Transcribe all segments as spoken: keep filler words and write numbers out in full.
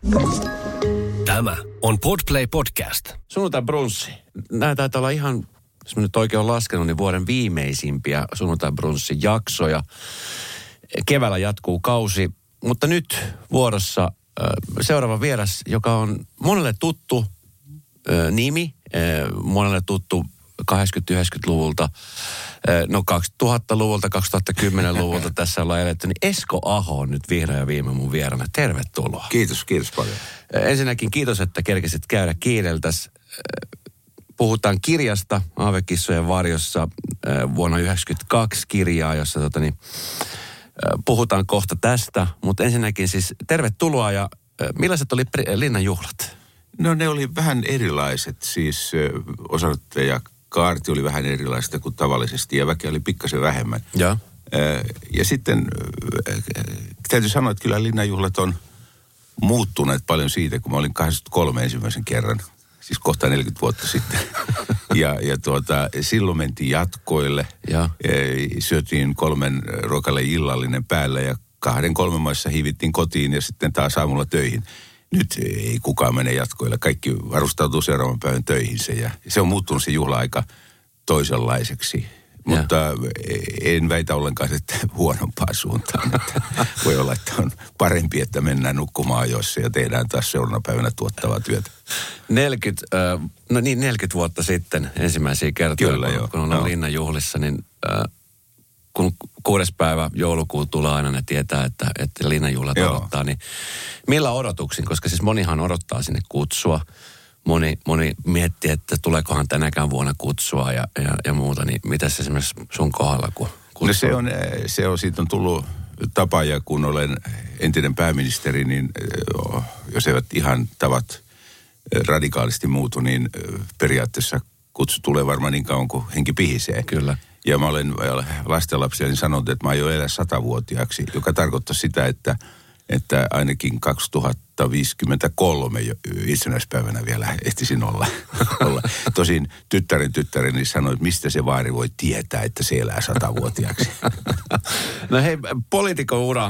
Tämä on Podplay Podcast. Sunnuntai brunssi. Nämä taitaa olla ihan, jos mä nyt oikein olen laskenut, niin vuoden viimeisimpiä sunnuntai brunssin jaksoja. Keväällä jatkuu kausi, mutta nyt vuorossa seuraava vieras, joka on monelle tuttu nimi, monelle tuttu kahdeksankymmentä-yhdeksänkymmentäluvulta, no kaksituhattaluvulta, kaksituhattakymmenluvulta tässä ollaan eletty, niin Esko Aho on nyt vihdoin ja viime mun vieraana. Tervetuloa. Kiitos, kiitos paljon. Ensinnäkin kiitos, että kerkesit käydä kiireltäs. Puhutaan kirjasta Aavekissojen varjossa vuonna yhdeksänkymmentäkaksi kirjaa, jossa tota niin, puhutaan kohta tästä. Mutta ensinnäkin siis tervetuloa ja millaiset oli linnanjuhlat? No ne oli vähän erilaiset, siis osoittaja kaarti oli vähän erilaista kuin tavallisesti ja väkeä oli pikkasen vähemmän. Ja, ja sitten täytyy sanoa, että kyllä linnanjuhlat on muuttuneet paljon siitä, kun mä olin kahdeksankymmentäkolme ensimmäisen kerran, siis kohta neljäkymmentä vuotta sitten. ja, ja tuota, silloin mentiin jatkoille, ja. syötiin kolmen ruokalle illallinen päällä ja kahden kolmen maissa hiivittiin kotiin ja sitten taas aamulla töihin. Nyt ei kukaan mene jatkoille. Kaikki varustautuu seuraavan päivän töihinsä ja se on muuttunut se juhla-aika toisenlaiseksi. Ja. Mutta en väitä ollenkaan, että huonompaan suuntaan. Että voi olla, että on parempi, että mennään nukkumaan ajoissa ja tehdään taas seuraavana päivänä tuottavaa työtä. neljäkymmentä, äh, no niin neljäkymmentä vuotta sitten ensimmäisiä kertoja, Kyllä, kun, joo. kun ollaan no. linnanjuhlissa, niin äh, kun kuudes päivä joulukuuta tulee aina, ne tietää, että, että linnanjuhlat Joo. odottaa, niin millä odotuksin? Koska siis monihan odottaa sinne kutsua. Moni, moni miettii, että tuleekohan tänäkään vuonna kutsua ja, ja, ja muuta, niin mitäs esimerkiksi sun kohdalla, kun kutsua? No se on, se on, siitä on tullut tapa, ja kun olen entinen pääministeri, niin jos eivät ihan tavat radikaalisti muutu, niin periaatteessa kutsu tulee varmaan niin kauan kuin henki pihisee. Kyllä. Ja mä olen lastenlapsia niin sanonut, että mä aion elää satavuotiaaksi, joka tarkoittaa sitä, että, että ainakin kaksituhattaviisikymmentäkolme itsenäispäivänä vielä ehtisin olla. olla. Tosin tyttären tyttäreni sanoi, että mistä se vaari voi tietää, että se elää satavuotiaaksi. No hei, poliitikon ura äh,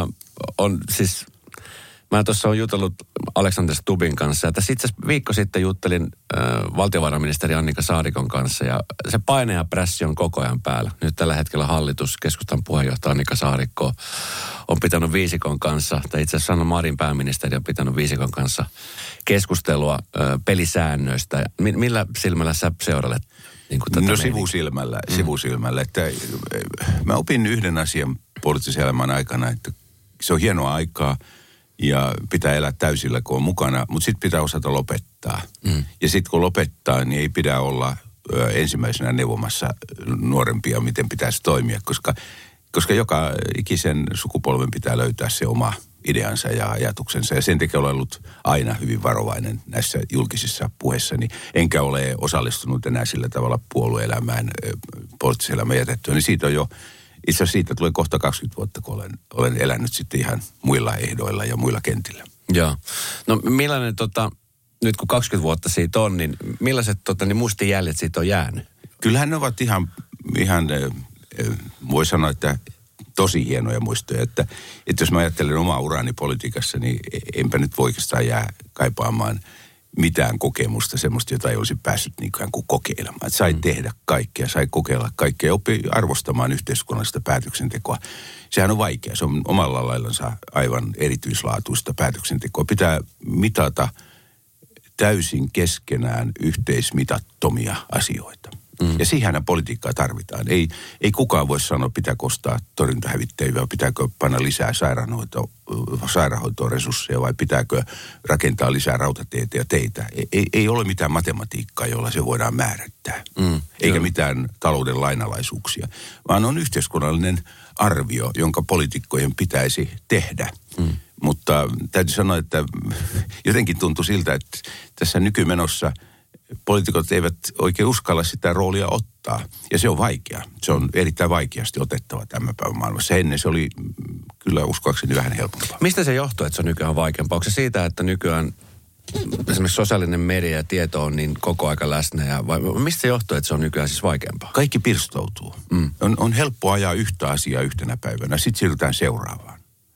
on siis... Mä tuossa olen jutellut Alexander Stubbin kanssa, ja tässä itse asiassa viikko sitten juttelin äh, valtiovarainministeri Annika Saarikon kanssa, ja se paine ja prässi on koko ajan päällä. Nyt tällä hetkellä hallitus, keskustan puheenjohtaja Annika Saarikko on pitänyt viisikon kanssa, tai itse asiassa Sanna Marin pääministeri on pitänyt viisikon kanssa keskustelua äh, pelisäännöistä. Mi- millä silmällä sä seurailet? Niin kuin tätä no sivusilmällä, mm. sivusilmällä. Että mä opin yhden asian poliittisen elämän aikana, että se on hienoa aikaa, ja pitää elää täysillä, kun on mukana, mutta sitten pitää osata lopettaa. Mm. Ja sitten kun lopettaa, niin ei pidä olla ö, ensimmäisenä neuvomassa nuorempia, miten pitäisi toimia, koska, koska joka ikisen sukupolven pitää löytää se oma ideansa ja ajatuksensa. Ja sen takia olen ollut aina hyvin varovainen näissä julkisissa puheissani, enkä ole osallistunut enää sillä tavalla puolueelämään, poliittisen elämään jätettyä. Niin siitä on jo... Itse asiassa siitä tulee kohta kaksikymmentä vuotta, kun olen, olen elänyt sitten ihan muilla ehdoilla ja muilla kentillä. Joo. No millainen, tota, nyt kun kaksikymmentä vuotta siitä on, niin millaiset tota, niin muistijäljet siitä on jäänyt? Kyllähän ne ovat ihan, ihan voi sanoa, että tosi hienoja muistoja. Että, että jos mä ajattelen omaa uraani politiikassa, niin enpä nyt oikeastaan jää kaipaamaan mitään kokemusta, semmoista, jota ei olisi päässyt niin kuin kokeilemaan. Että sai mm. tehdä kaikkea, sai kokeilla kaikkea ja oppi arvostamaan yhteiskunnallista päätöksentekoa. Sehän on vaikea. Se on omalla laillansa aivan erityislaatuista päätöksentekoa. Pitää mitata täysin keskenään yhteismitattomia asioita. Mm. Ja siihen politiikkaa tarvitaan. Ei, ei kukaan voi sanoa, pitääkö ostaa torjuntahävittäjiä, pitääkö panna lisää sairaanhoitoa, sairaanhoitoa resursseja vai pitääkö rakentaa lisää rautateitä ja teitä. Ei, ei ole mitään matematiikkaa, jolla se voidaan määrittää. Mm. Eikä Joo. mitään talouden lainalaisuuksia, vaan on yhteiskunnallinen arvio, jonka poliitikkojen pitäisi tehdä. Mm. Mutta täytyy sanoa, että jotenkin tuntui siltä, että tässä nykymenossa poliitikot eivät oikein uskalla sitä roolia ottaa. Ja se on vaikea. Se on erittäin vaikeasti otettava tämän päivän maailmassa. Ennen se oli kyllä uskoakseni vähän helpompaa. Mistä se johtuu, että se on nykyään vaikeampaa? Onko se siitä, että nykyään esimerkiksi sosiaalinen media ja tieto on niin koko aika läsnä? Ja vai mistä se johtuu, että se on nykyään siis vaikeampaa? Kaikki pirstoutuu. Mm. On, on helppo ajaa yhtä asiaa yhtenä päivänä. Sitten siirrytään seuraavaan.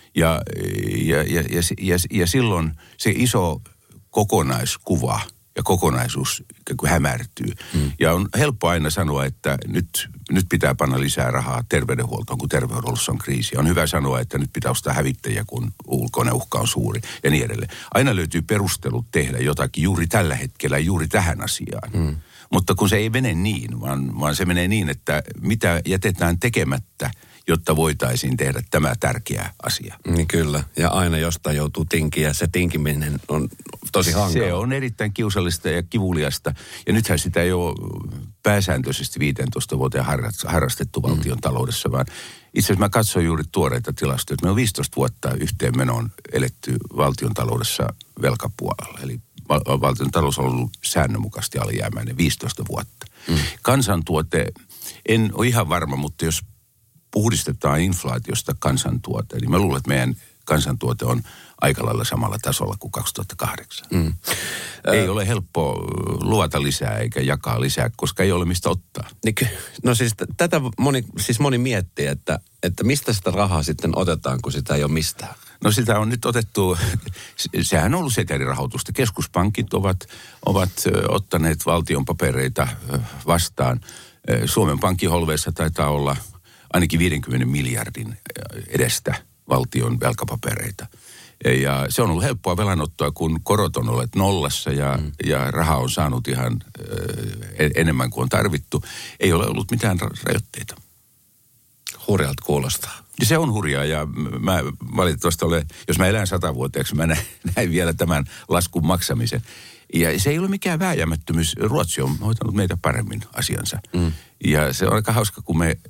Ja, ja, ja, ja, ja, ja silloin se iso kokonaiskuva ja kokonaisuus hämärtyy. Mm. Ja on helppo aina sanoa, että nyt, nyt pitää panna lisää rahaa terveydenhuoltoon, kun terveydenhuollossa on kriisi. On hyvä sanoa, että nyt pitää ostaa hävittäjiä, kun ulkoinen uhka on suuri ja niin edelleen. Aina löytyy perustelut tehdä jotakin juuri tällä hetkellä, juuri tähän asiaan. Mm. Mutta kun se ei mene niin, vaan, vaan se menee niin, että mitä jätetään tekemättä, jotta voitaisiin tehdä tämä tärkeä asia. Niin kyllä, ja aina jostain joutuu tinkiä, ja se tinkiminen on tosi hankala. Se on erittäin kiusallista ja kivuliasta, ja nythän sitä ei ole pääsääntöisesti viisitoista vuoteen harrastettu valtion mm. taloudessa, vaan itse asiassa mä katsoin juuri tuoreita tilastoja, että me on viisitoista vuotta yhteenmenoon eletty valtion taloudessa velkapuolella, eli valtion talous on ollut säännönmukaisesti alijäämäinen viisitoista vuotta. Mm. Kansantuote, en ole ihan varma, mutta jos puhdistetaan inflaatiosta kansantuote, niin mä luulen, että meidän kansantuote on aika lailla samalla tasolla kuin kaksituhattakahdeksan. Mm. Ei äh, ole helppo luvata lisää eikä jakaa lisää, koska ei ole mistä ottaa. Niin, no siis t- tätä moni, siis moni miettii, että, että mistä sitä rahaa sitten otetaan, kun sitä ei ole mistään. No sitä on nyt otettu, sehän on ollut setelirahoitusta. Keskuspankit ovat, ovat ottaneet valtion papereita vastaan. Suomen pankkiholveissa taitaa olla ainakin viidenkymmenen miljardin edestä valtion velkapapereita. Ja se on ollut helppoa velanottoa, kun korot on olleet nollassa ja, mm. ja raha on saanut ihan äh, enemmän kuin on tarvittu. Ei ole ollut mitään rajoitteita. Hurjalta kuulostaa. Ja se on hurjaa ja mä valitettavasti olen, jos mä elän satavuotiaaksi, mä näin, näin vielä tämän laskun maksamisen. Ja se ei ole mikään vääjäämättömyys. Ruotsi on hoitanut meitä paremmin asiansa. Mm. Ja se on aika hauska, kun me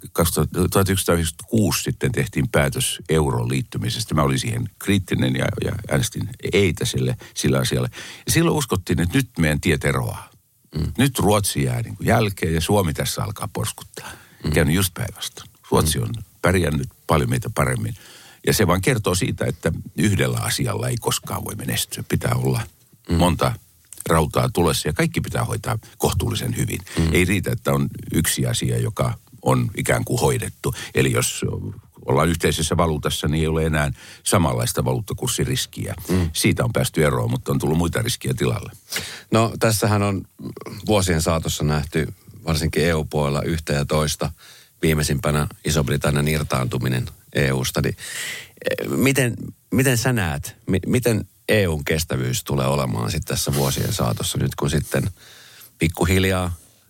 tuhatyhdeksänsataayhdeksänkymmentäkuusi sitten tehtiin päätös euroon liittymisestä. Mä olin siihen kriittinen ja, ja äänestin eitä sille, sillä asialle. Ja silloin uskottiin, että nyt meidän tiet eroaa. Mm. Nyt Ruotsi jää niin kuin jälkeen ja Suomi tässä alkaa porskuttaa. Mm. Käynyt just päinvastoin. Ruotsi on pärjännyt paljon meitä paremmin. Ja se vaan kertoo siitä, että yhdellä asialla ei koskaan voi menestyä. Pitää olla mm. monta rautaa tulessa ja kaikki pitää hoitaa kohtuullisen hyvin. Mm. Ei riitä, että on yksi asia, joka on ikään kuin hoidettu. Eli jos ollaan yhteisessä valuutassa, niin ei ole enää samanlaista valuuttakurssiriskiä. Mm. Siitä on päästy eroon, mutta on tullut muita riskiä tilalle. No tässähän on vuosien saatossa nähty varsinkin E U-puolella yhtä ja toista. Viimeisimpänä Iso-Britannian irtaantuminen E U:sta. Niin miten, miten sä näet, miten E U:n kestävyys tulee olemaan sitten tässä vuosien saatossa nyt, kun sitten pikkuhiljaa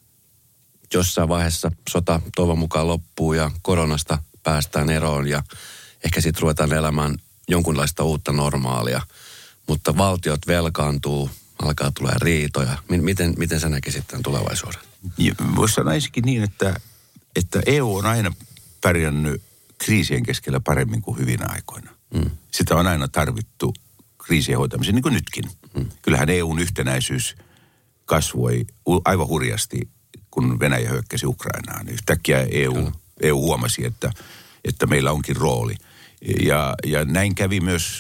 jossain vaiheessa sota toivon mukaan loppuu ja koronasta päästään eroon ja ehkä sitten ruvetaan elämään jonkunlaista uutta normaalia, mutta valtiot velkaantuu, alkaa tulee riitoja. Miten, miten sä näkisit tämän tulevaisuuden? Voisi sanoa ensinnäkin niin, että, että E U on aina pärjännyt kriisien keskellä paremmin kuin hyvinä aikoina. Mm. Sitä on aina tarvittu kriisien hoitamiseen, niin kuin nytkin. Mm. Kyllähän E U:n yhtenäisyys kasvoi aivan hurjasti, kun Venäjä hyökkäsi Ukrainaan. Yhtäkkiä E U, E U huomasi, että, että meillä onkin rooli. Ja, ja näin kävi myös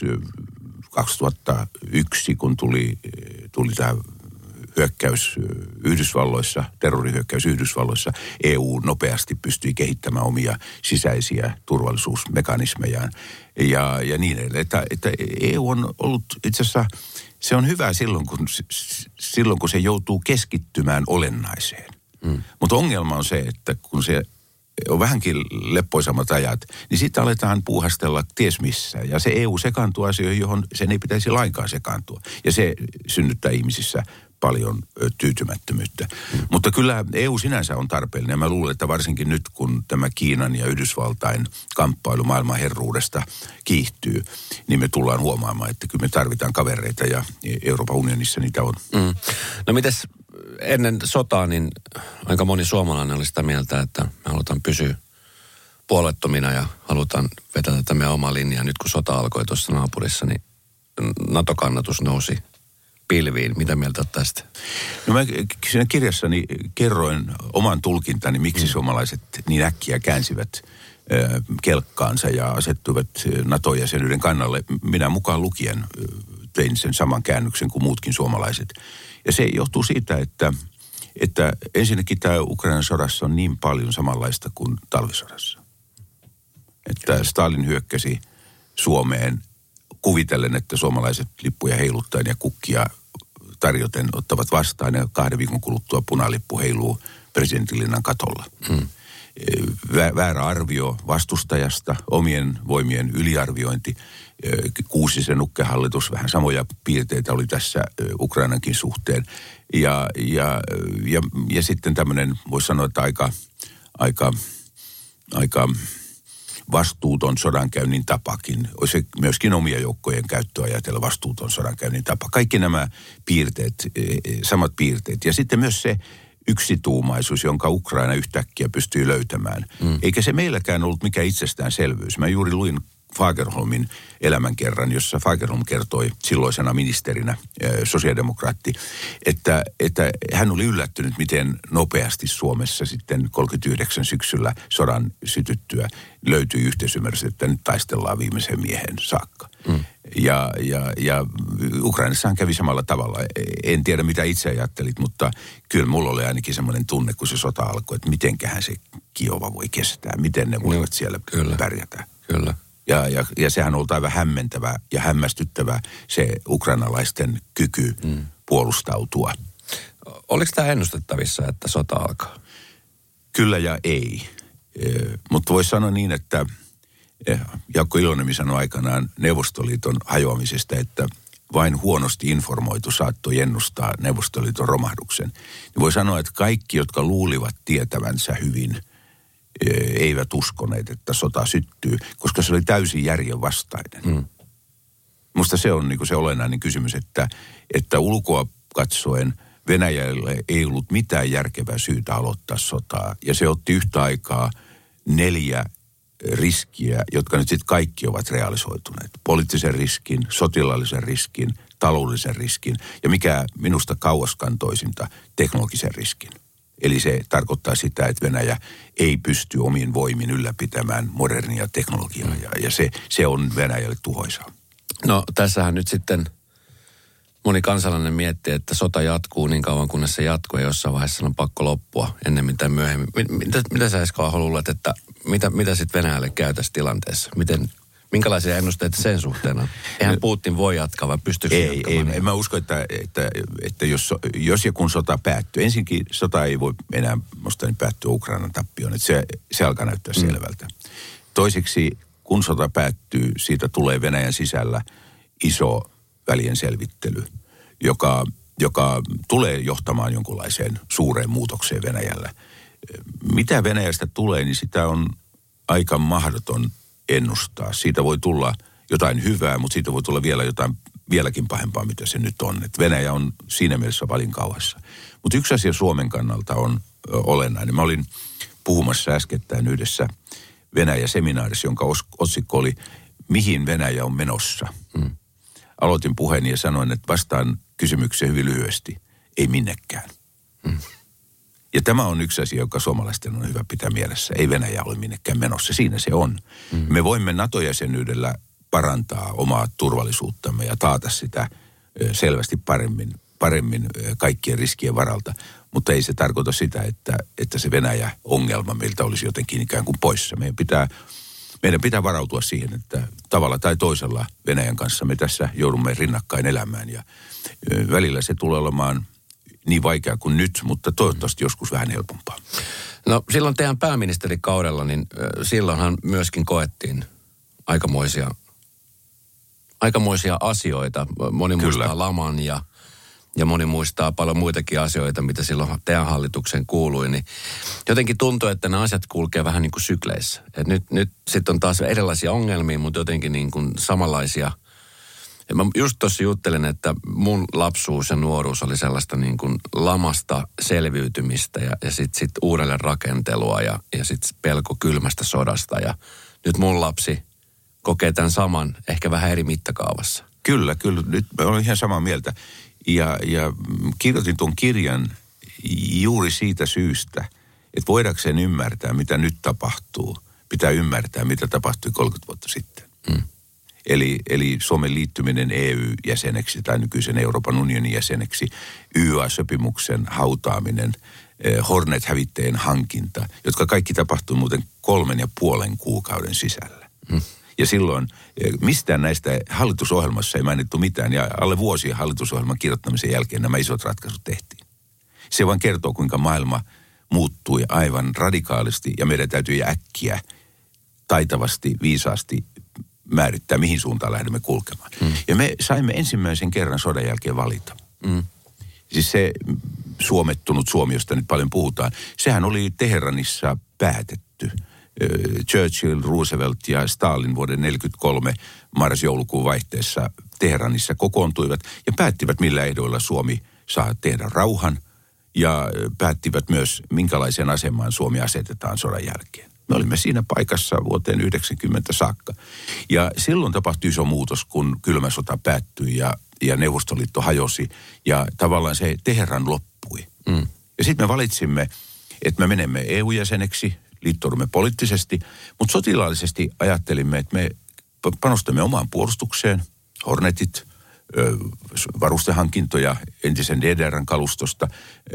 kaksituhattayksi, kun tuli, tuli tämä hyökkäys Yhdysvalloissa, terrorihyökkäys Yhdysvalloissa. E U nopeasti pystyi kehittämään omia sisäisiä turvallisuusmekanismejaan ja, ja niin edelleen. Että, että E U on ollut itse asiassa, se on hyvä silloin, kun, silloin, kun se joutuu keskittymään olennaiseen. Mm. Mutta ongelma on se, että kun se on vähänkin leppoisammat ajat, niin sitten aletaan puuhastella ties missä. Ja se E U sekaantuu asioihin, johon sen ei pitäisi lainkaan sekaantua. Ja se synnyttää ihmisissä paljon tyytymättömyyttä. Mm. Mutta kyllä E U sinänsä on tarpeellinen. Ja mä luulen, että varsinkin nyt, kun tämä Kiinan ja Yhdysvaltain kamppailu maailman herruudesta kiihtyy, niin me tullaan huomaamaan, että kyllä me tarvitaan kavereita ja Euroopan unionissa niitä on. Mm. No mites ennen sotaa, niin aika moni suomalainen oli sitä mieltä, että me halutaan pysyä puolettomina ja halutaan vetää tätä meidän omaa linjaa. Nyt kun sota alkoi tuossa naapurissa, niin NATO-kannatus nousi pilviin. Mitä mieltä olet tästä? No mä siinä kirjassani kerroin oman tulkintani, miksi mm. suomalaiset niin äkkiä käänsivät äh, kelkkaansa ja asettuivat NATO-jäsenyyden kannalle. Minä mukaan lukien tein sen saman käännöksen kuin muutkin suomalaiset. Ja se johtuu siitä, että, että ensinnäkin tämä Ukrainan sodassa on niin paljon samanlaista kuin talvisodassa. Että Stalin hyökkäsi Suomeen kuvitellen, että suomalaiset lippuja heiluttaen ja kukkia tarjoten ottavat vastaan ja kahden viikon kuluttua punalippu heiluu presidentinlinnan katolla. Hmm. Väärä arvio vastustajasta, omien voimien yliarviointi, Kuusisen nukkehallitus, vähän samoja piirteitä oli tässä Ukrainankin suhteen. Ja, ja, ja, ja sitten tämmöinen, voisi sanoa, että aika, aika, aika vastuuton sodankäynnin tapakin. Olisi myöskin omia joukkojen käyttöä ajatella vastuuton sodankäynnin tapa. Kaikki nämä piirteet, samat piirteet. Ja sitten myös se yksituumaisuus, jonka Ukraina yhtäkkiä pystyy löytämään. Mm. Eikä se meilläkään ollut mikään itsestäänselvyys. Mä juuri luin Fagerholmin elämänkerran, jossa Fagerholm kertoi silloisena ministerinä, sosiaalidemokraatti, että, että hän oli yllättynyt, miten nopeasti Suomessa sitten kolmekymmentäyhdeksän syksyllä sodan sytyttyä löytyi yhteisymmärrys, että nyt taistellaan viimeisen miehen saakka. Mm. Ja, ja, ja Ukrainassahan kävi samalla tavalla. En tiedä, mitä itse ajattelit, mutta kyllä mulla oli ainakin semmoinen tunne, kun se sota alkoi, että mitenköhän se Kiova voi kestää, miten ne voivat no, siellä kyllä, pärjätä. Kyllä. Ja, ja, ja sehän on ollut aivan hämmentävä ja hämmästyttävä se ukrainalaisten kyky mm. puolustautua. Oliko tämä ennustettavissa, että sota alkaa? Kyllä ja ei. E, mutta voisi sanoa niin, että Jaakko Iloniemi sanoi aikanaan Neuvostoliiton hajoamisesta, että vain huonosti informoitu saattoi ennustaa Neuvostoliiton romahduksen. Niin voi sanoa, että kaikki, jotka luulivat tietävänsä hyvin, eivät uskoneet, että sota syttyy, koska se oli täysin järjenvastainen. Hmm. Musta se on niin kuin se olennainen kysymys, että, että ulkoa katsoen Venäjälle ei ollut mitään järkevää syytä aloittaa sotaa. Ja se otti yhtä aikaa neljä riskiä, jotka nyt sitten kaikki ovat realisoituneet. Poliittisen riskin, sotilaallisen riskin, taloudellisen riskin ja mikä minusta kauaskantoisinta, teknologisen riskin. Eli se tarkoittaa sitä, että Venäjä ei pysty omiin voimin ylläpitämään modernia teknologiaa ja, ja se, se on Venäjälle tuhoisaa. No tässähän nyt sitten moni kansalainen miettii, että sota jatkuu niin kauan, kunnes se jatkuu ja jossain vaiheessa on pakko loppua ennemmin tai myöhemmin. Mitä, mitä sä Esko luulet, että mitä, mitä sitten Venäjälle käy tässä tilanteessa? Miten, minkälaisia ennusteita sen suhteen on? Eihän Putin voi jatkaa, vai pystyykö ei, ei, ei, mä usko, että, että, että jos, jos ja kun sota päättyy, ensinnäkin sota ei voi enää musta niin päättyä Ukrainan tappioon, että se, se alkaa näyttää mm. selvältä. Toiseksi, kun sota päättyy, siitä tulee Venäjän sisällä iso välien selvittely, joka, joka tulee johtamaan jonkunlaiseen suureen muutokseen Venäjällä. Mitä Venäjästä tulee, niin sitä on aika mahdoton ennustaa. Siitä voi tulla jotain hyvää, mutta siitä voi tulla vielä jotain vieläkin pahempaa, mitä se nyt on. Et Venäjä on siinä mielessä valinkauhassa. Mutta yksi asia Suomen kannalta on olennainen. Mä olin puhumassa äskettäin yhdessä Venäjä-seminaarissa, jonka otsikko oli Mihin Venäjä on menossa? Mm. Aloitin puheeni ja sanoin, että vastaan kysymykseen hyvin lyhyesti. Ei minnekään. Mm. Ja tämä on yksi asia, joka suomalaisten on hyvä pitää mielessä. Ei Venäjä ole minnekään menossa. Siinä se on. Mm. Me voimme NATO-jäsenyydellä parantaa omaa turvallisuuttamme ja taata sitä selvästi paremmin, paremmin kaikkien riskien varalta. Mutta ei se tarkoita sitä, että, että se Venäjä-ongelma meiltä olisi jotenkin ikään kuin poissa. Meidän pitää, meidän pitää varautua siihen, että tavalla tai toisella Venäjän kanssa me tässä joudumme rinnakkain elämään. Ja välillä se tulee olemaan niin vaikea kuin nyt, mutta toivottavasti joskus vähän helpompaa. No silloin teidän pääministerikaudella, niin silloinhan myöskin koettiin aikamoisia, aikamoisia asioita. Moni Kyllä. muistaa laman ja, ja moni muistaa paljon muitakin asioita, mitä silloin teidän hallituksen kuului. Niin jotenkin tuntuu, että nämä asiat kulkee vähän niin kuin sykleissä. Et nyt nyt sitten on taas erilaisia ongelmia, mutta jotenkin niin kuin samanlaisia. Ja mä just tuossa juttelin, että mun lapsuus ja nuoruus oli sellaista niin kuin lamasta selviytymistä ja, ja sitten sit uudelleen rakentelua ja, ja sitten pelko kylmästä sodasta. Ja nyt mun lapsi kokee tämän saman, ehkä vähän eri mittakaavassa. Kyllä, kyllä. Nyt mä olen ihan samaa mieltä. Ja, ja kirjoitin tuon kirjan juuri siitä syystä, että voidakseen ymmärtää, mitä nyt tapahtuu, pitää ymmärtää, mitä tapahtui kolmekymmentä vuotta sitten. Hmm. Eli, eli Suomen liittyminen E U-jäseneksi tai nykyisen Euroopan unionin jäseneksi, Y A-sopimuksen hautaaminen, Hornet-hävittäjien hankinta, jotka kaikki tapahtui muuten kolmen ja puolen kuukauden sisällä. Hmm. Ja silloin mistään näistä hallitusohjelmassa ei mainittu mitään. Ja alle vuosia hallitusohjelman kirjoittamisen jälkeen nämä isot ratkaisut tehtiin. Se vaan kertoo, kuinka maailma muuttui aivan radikaalisti ja meidän täytyy äkkiä taitavasti, viisaasti määrittää, mihin suuntaan lähdemme kulkemaan. Mm. Ja me saimme ensimmäisen kerran sodan jälkeen valita. Mm. Siis se suomettunut Suomi, josta nyt paljon puhutaan, sehän oli Teheranissa päätetty. Churchill, Roosevelt ja Stalin vuoden neljäkymmentäkolme marras-joulukuun vaihteessa Teheranissa kokoontuivat ja päättivät, millä ehdoilla Suomi saa tehdä rauhan ja päättivät myös, minkälaiseen asemaan Suomi asetetaan sodan jälkeen. Me olimme siinä paikassa vuoteen yhdeksänkymmentä saakka. Ja silloin tapahtui iso muutos, kun kylmä sota päättyi ja, ja Neuvostoliitto hajosi ja tavallaan se Teheran loppui. Mm. Ja sitten me valitsimme, että me menemme E U-jäseneksi, liittoudumme poliittisesti, mutta sotilaallisesti ajattelimme, että me panostamme omaan puolustukseen, Hornetit, varustehankintoja entisen D D R:n kalustosta,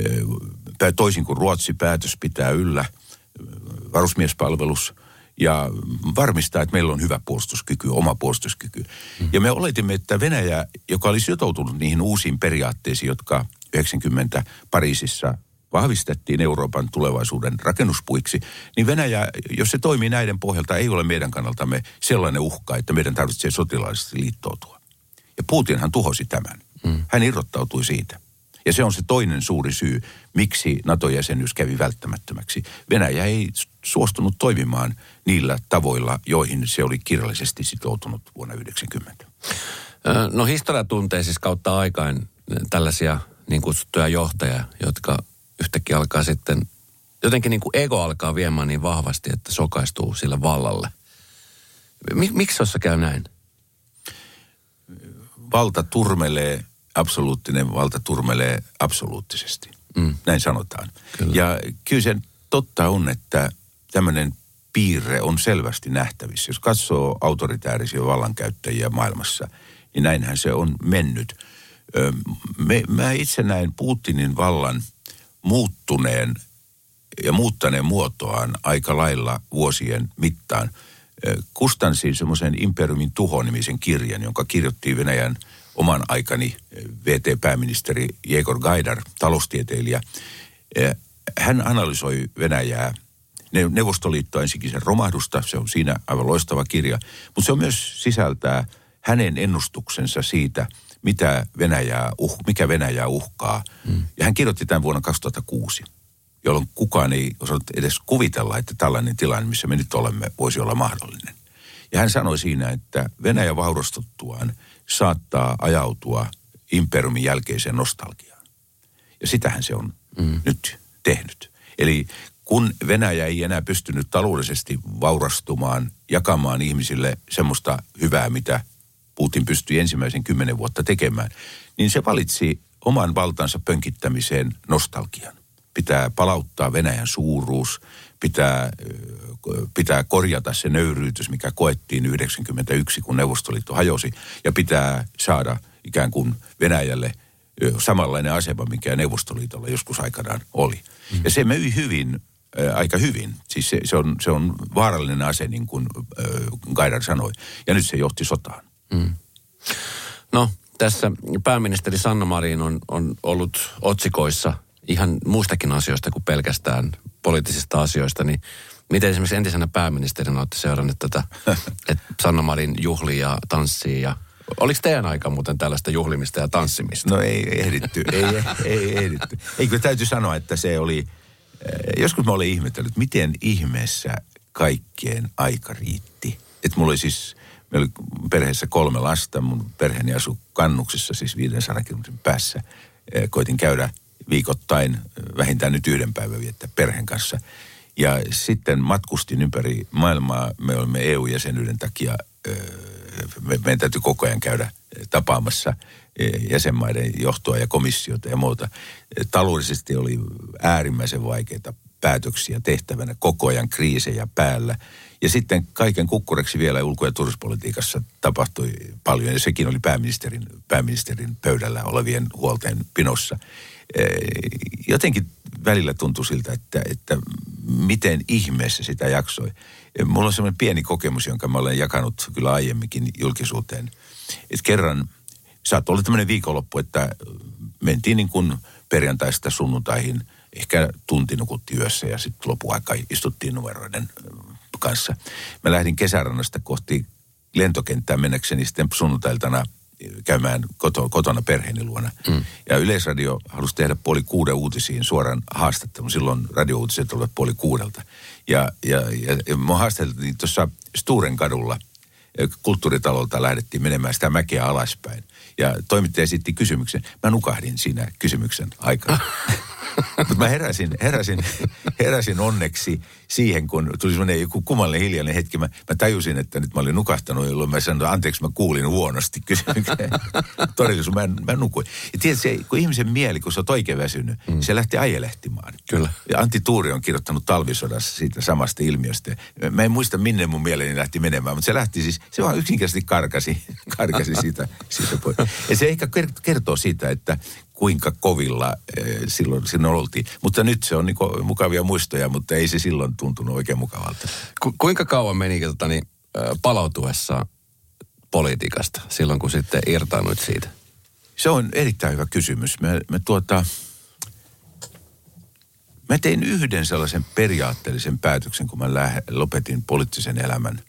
toisin kuin Ruotsi päätös pitää yllä varusmiespalvelus ja varmistaa, että meillä on hyvä puolustuskyky, oma puolustuskyky. Mm. Ja me oletimme, että Venäjä, joka olisi sitoutunut niihin uusiin periaatteisiin, jotka yhdeksänkymmentä Pariisissa vahvistettiin Euroopan tulevaisuuden rakennuspuiksi, niin Venäjä, jos se toimii näiden pohjalta, ei ole meidän kannaltamme sellainen uhka, että meidän tarvitsee sotilaallisesti liittoutua. Ja Putinhan tuhosi tämän. Mm. Hän irrottautui siitä. Ja se on se toinen suuri syy, miksi NATO-jäsenyys kävi välttämättömäksi. Venäjä ei suostunut toimimaan niillä tavoilla, joihin se oli kirjallisesti sitoutunut vuonna yhdeksänkymmentä. No historia tuntee siis kautta aikain tällaisia niin kutsuttuja johtajia, jotka yhtäkkiä alkaa sitten, jotenkin niin kuin ego alkaa viemään niin vahvasti, että sokaistuu sille vallalle. Mik, miksi tuossa käy näin? Valta turmelee, absoluuttinen valta turmelee absoluuttisesti. Mm. Näin sanotaan. Kyllä. Ja kyllä se totta on, että tämmöinen piirre on selvästi nähtävissä. Jos katsoo autoritäärisiä vallankäyttäjiä maailmassa, niin näinhän se on mennyt. Me, mä itse näen Putinin vallan muuttuneen ja muuttaneen muotoaan aika lailla vuosien mittaan. Kustansin semmoisen Imperiumin tuho-nimisen kirjan, jonka kirjoitti Venäjän oman aikani V T-pääministeri Jegor Gaidar, taloustieteilijä. Hän analysoi Venäjää, Neuvostoliittoa ensinnäkin sen romahdusta, se on siinä aivan loistava kirja, mutta se on myös sisältää hänen ennustuksensa siitä, mitä Venäjää uh, mikä Venäjää uhkaa. Mm. Ja hän kirjoitti tämän vuonna kaksituhattakuusi, jolloin kukaan ei osannut edes kuvitella, että tällainen tilanne, missä me nyt olemme, voisi olla mahdollinen. Ja hän sanoi siinä, että Venäjä vaurastuttuaan saattaa ajautua imperiumin jälkeiseen nostalgiaan. Ja sitähän se on mm. nyt tehnyt. Eli kun Venäjä ei enää pystynyt taloudellisesti vaurastumaan, jakamaan ihmisille semmoista hyvää, mitä Putin pystyi ensimmäisen kymmenen vuotta tekemään, niin se valitsi oman valtansa pönkittämiseen nostalgian. Pitää palauttaa Venäjän suuruus, pitää, pitää korjata se nöyryytys, mikä koettiin yhdeksänkymmentäyksi, kun Neuvostoliitto hajosi, ja pitää saada ikään kuin Venäjälle samanlainen asema, mikä Neuvostoliitolla joskus aikanaan oli. Mm. Ja se myi hyvin, äh, aika hyvin. Siis se, se, on, se on vaarallinen ase, niin kuin äh, Gaidar sanoi. Ja nyt se johti sotaan. Mm. No, tässä pääministeri Sanna Marin on, on ollut otsikoissa ihan muistakin asioista kuin pelkästään poliittisista asioista, niin miten esimerkiksi entisenä pääministerinä olette seuranneet tätä, että Sanna Marin juhlii ja tanssii ja oliko teidän aika muuten tällaista juhlimista ja tanssimista? No ei ehditty, ei, ei, ei ehditty. Eikö täytyy sanoa, että se oli, joskus mä olen ihmetellyt, miten ihmeessä kaikkien aika riitti. Että mulla oli siis, meillä oli perheessä kolme lasta, mun perheeni asui Kannuksessa, siis viisisataa kilometrin päässä. Koitin käydä viikoittain vähintään nyt yhden päivän viettää perheen kanssa. Ja sitten matkustin ympäri maailmaa, me olimme E U-jäsenyyden takia, meidän täytyy koko ajan käydä tapaamassa jäsenmaiden johtoa ja komissiota ja muuta. Taloudellisesti oli äärimmäisen vaikeaa päätöksiä tehtävänä, koko ajan kriisejä päällä. Ja sitten kaiken kukkureksi vielä ulko- ja turvallisuuspolitiikassa tapahtui paljon, ja sekin oli pääministerin, pääministerin pöydällä olevien huolten pinossa. Jotenkin välillä tuntui siltä, että, että miten ihmeessä sitä jaksoi. Mulla on semmoinen pieni kokemus, jonka mä olen jakanut kyllä aiemminkin julkisuuteen. Että kerran saattoi olla tämmöinen viikonloppu, että mentiin niin kuin perjantaista sunnuntaihin, ehkä tunti nukuttiin yössä ja sitten lopuaika istuttiin numeroiden kanssa. Mä lähdin Kesärannasta kohti lentokenttää mennäkseni sitten sunnuntailtana käymään koto, kotona perheeni luona. Mm. Ja Yleisradio halusi tehdä puoli kuuden uutisiin suoran haastattelun. Silloin radiouutiset olivat puoli kuudelta. Ja, ja, ja, ja mä haastateltiin tuossa Sturen kadulla. Kulttuuritalolta lähdettiin menemään sitä mäkeä alaspäin. Ja toimittaja esitti kysymyksen. Mä nukahdin siinä kysymyksen aikana. Mutta mä heräsin, heräsin, heräsin onneksi siihen, kun tuli semmoinen joku kummallinen hiljainen hetki. Mä, mä tajusin, että nyt mä olin nukahtanut, jolloin mä sanoin, anteeksi, mä kuulin huonosti kysymyksen. Todellisuus, mä, mä nukuin. Ja tiedätkö, kun ihmisen mieli, kun se on oikein väsynyt, mm. se lähti ajelehtimaan. Kyllä. Ja Antti Tuuri on kirjoittanut Talvisodassa siitä samasta ilmiöstä. Mä en muista, minne mun mieleni lähti menemään, mutta se lähti siis, se vaan yksinkertaisesti karkasi, karkasi siitä, siitä pois. Ja se ehkä kertoo siitä, että kuinka kovilla eh, silloin, silloin oltiin. Mutta nyt se on niin mukavia muistoja, mutta ei se silloin tuntunut oikein mukavalta. Ku, kuinka kauan meni totani, palautuessa politiikasta silloin, kun sitten irtaannuit siitä? Se on erittäin hyvä kysymys. Mä, mä, tuota, mä tein yhden sellaisen periaatteellisen päätöksen, kun mä lähe, lopetin poliittisen elämän.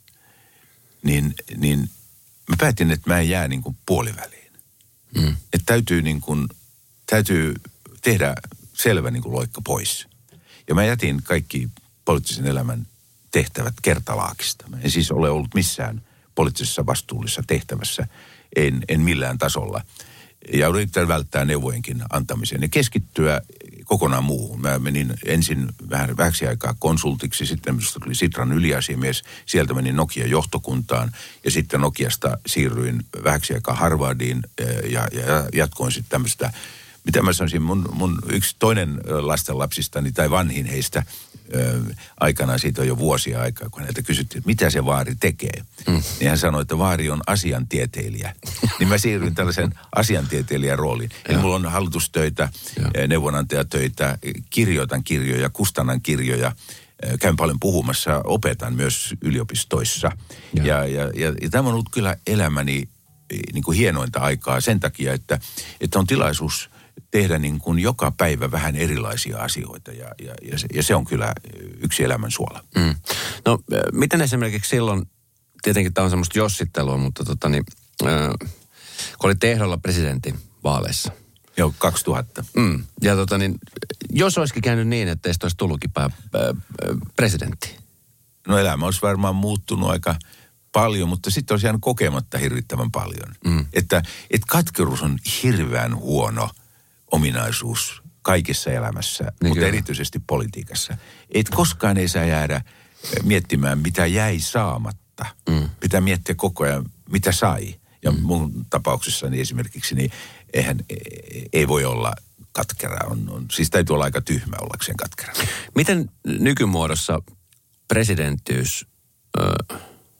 Niin, niin mä päätin, että mä en jää niin kuin puoliväliin. Mm. Että täytyy niin kuin Täytyy tehdä selvä niin kuin loikka pois. Ja mä jätin kaikki poliittisen elämän tehtävät kertalaakista. Mä en siis ole ollut missään poliittisessa vastuullisessa tehtävässä, en, en millään tasolla. Ja yrittää välttää neuvojenkin antamisen ja keskittyä kokonaan muuhun. Mä menin ensin vähän vähäksi aikaa konsultiksi, sitten minusta tuli Sitran yliasiamies, sieltä menin Nokian johtokuntaan ja sitten Nokiasta siirryin vähäksi aikaa Harvardiin ja, ja jatkoin sitten tämmöistä, mitä mä sanoisin, mun, mun yksi toinen lastenlapsistani tai vanhin heistä ö, aikanaan, siitä on jo vuosia aikaa, kun häneltä kysyttiin, että mitä se vaari tekee. Mm. Niin hän sanoi, että vaari on asiantieteilijä. Niin mä siirryin tällaisen asiantieteilijän rooliin. Eli mulla on hallitustöitä, ja neuvonantajatöitä, kirjoitan kirjoja, kustannan kirjoja, käyn paljon puhumassa, opetan myös yliopistoissa. Ja, ja, ja, ja, ja tämä on ollut kyllä elämäni niin kuin hienointa aikaa sen takia, että, että on tilaisuus tehdä niin kuin joka päivä vähän erilaisia asioita ja, ja, ja, se, ja se on kyllä yksi elämän suola. Mm. No miten esimerkiksi silloin, tietenkin tämä on semmoista jossittelua, mutta tota niin, äh, kun olit ehdolla presidentin vaaleissa. Joo, kaksituhatta. Mm. Ja tota niin, jos olisikin käynyt niin, että teistä olisi tullutkin pää, äh, presidentti. No elämä olisi varmaan muuttunut aika paljon, mutta sitten olisi jäänyt kokematta hirvittävän paljon. Mm. Että, että katkeruus on hirveän huono ominaisuus kaikessa elämässä, niin mutta kyllä. Erityisesti politiikassa. Et koskaan ei saa jäädä miettimään, mitä jäi saamatta. Mm. Pitää miettiä koko ajan, mitä sai. Ja mm. mun tapauksessani esimerkiksi, niin eihän, ei voi olla katkera. On, on, siis täytyy olla aika tyhmä ollakseen katkera. Miten nykymuodossa presidenttiys ö,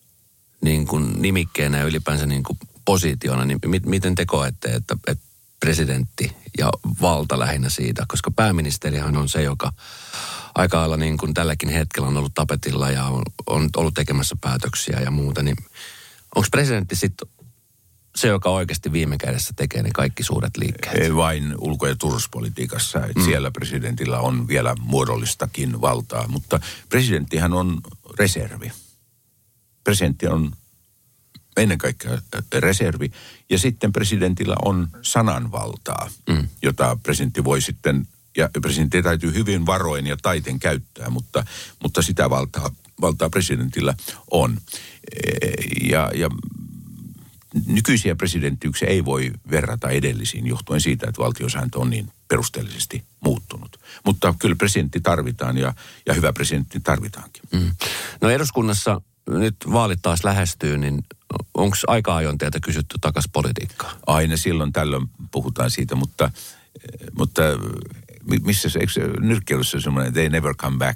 niin kuin nimikkeenä ja ylipäänsä niin kuin positiona, niin mit, miten te koette, että, että presidentti ja valta lähinnä siitä, koska pääministerihan on se, joka aika lailla niin kuin tälläkin hetkellä on ollut tapetilla ja on, on ollut tekemässä päätöksiä ja muuta, niin onko presidentti sitten se, joka oikeasti viime kädessä tekee ne kaikki suuret liikkeet? Ei vain ulko- ja turvallisuuspolitiikassa, että mm. siellä presidentillä on vielä muodollistakin valtaa, mutta presidenttihän on reservi. Presidentti on ennen kaikkea reservi. Ja sitten presidentillä on sananvaltaa, mm. jota presidentti voi sitten, ja presidentti täytyy hyvin varoin ja taiten käyttää, mutta, mutta sitä valtaa, valtaa presidentillä on. Ja, ja nykyisiä presidenttiyksiä ei voi verrata edellisiin johtuen siitä, että valtiosääntö on niin perusteellisesti muuttunut. Mutta kyllä presidentti tarvitaan ja, ja hyvä presidentti tarvitaankin. Mm. No eduskunnassa nyt vaalit taas lähestyy, niin onko aika ajoin teiltä kysytty takaisin politiikkaan? Aina silloin tällöin puhutaan siitä, mutta, mutta missä se, eikö se nyrkkeilyssä on semmoinen, they never come back?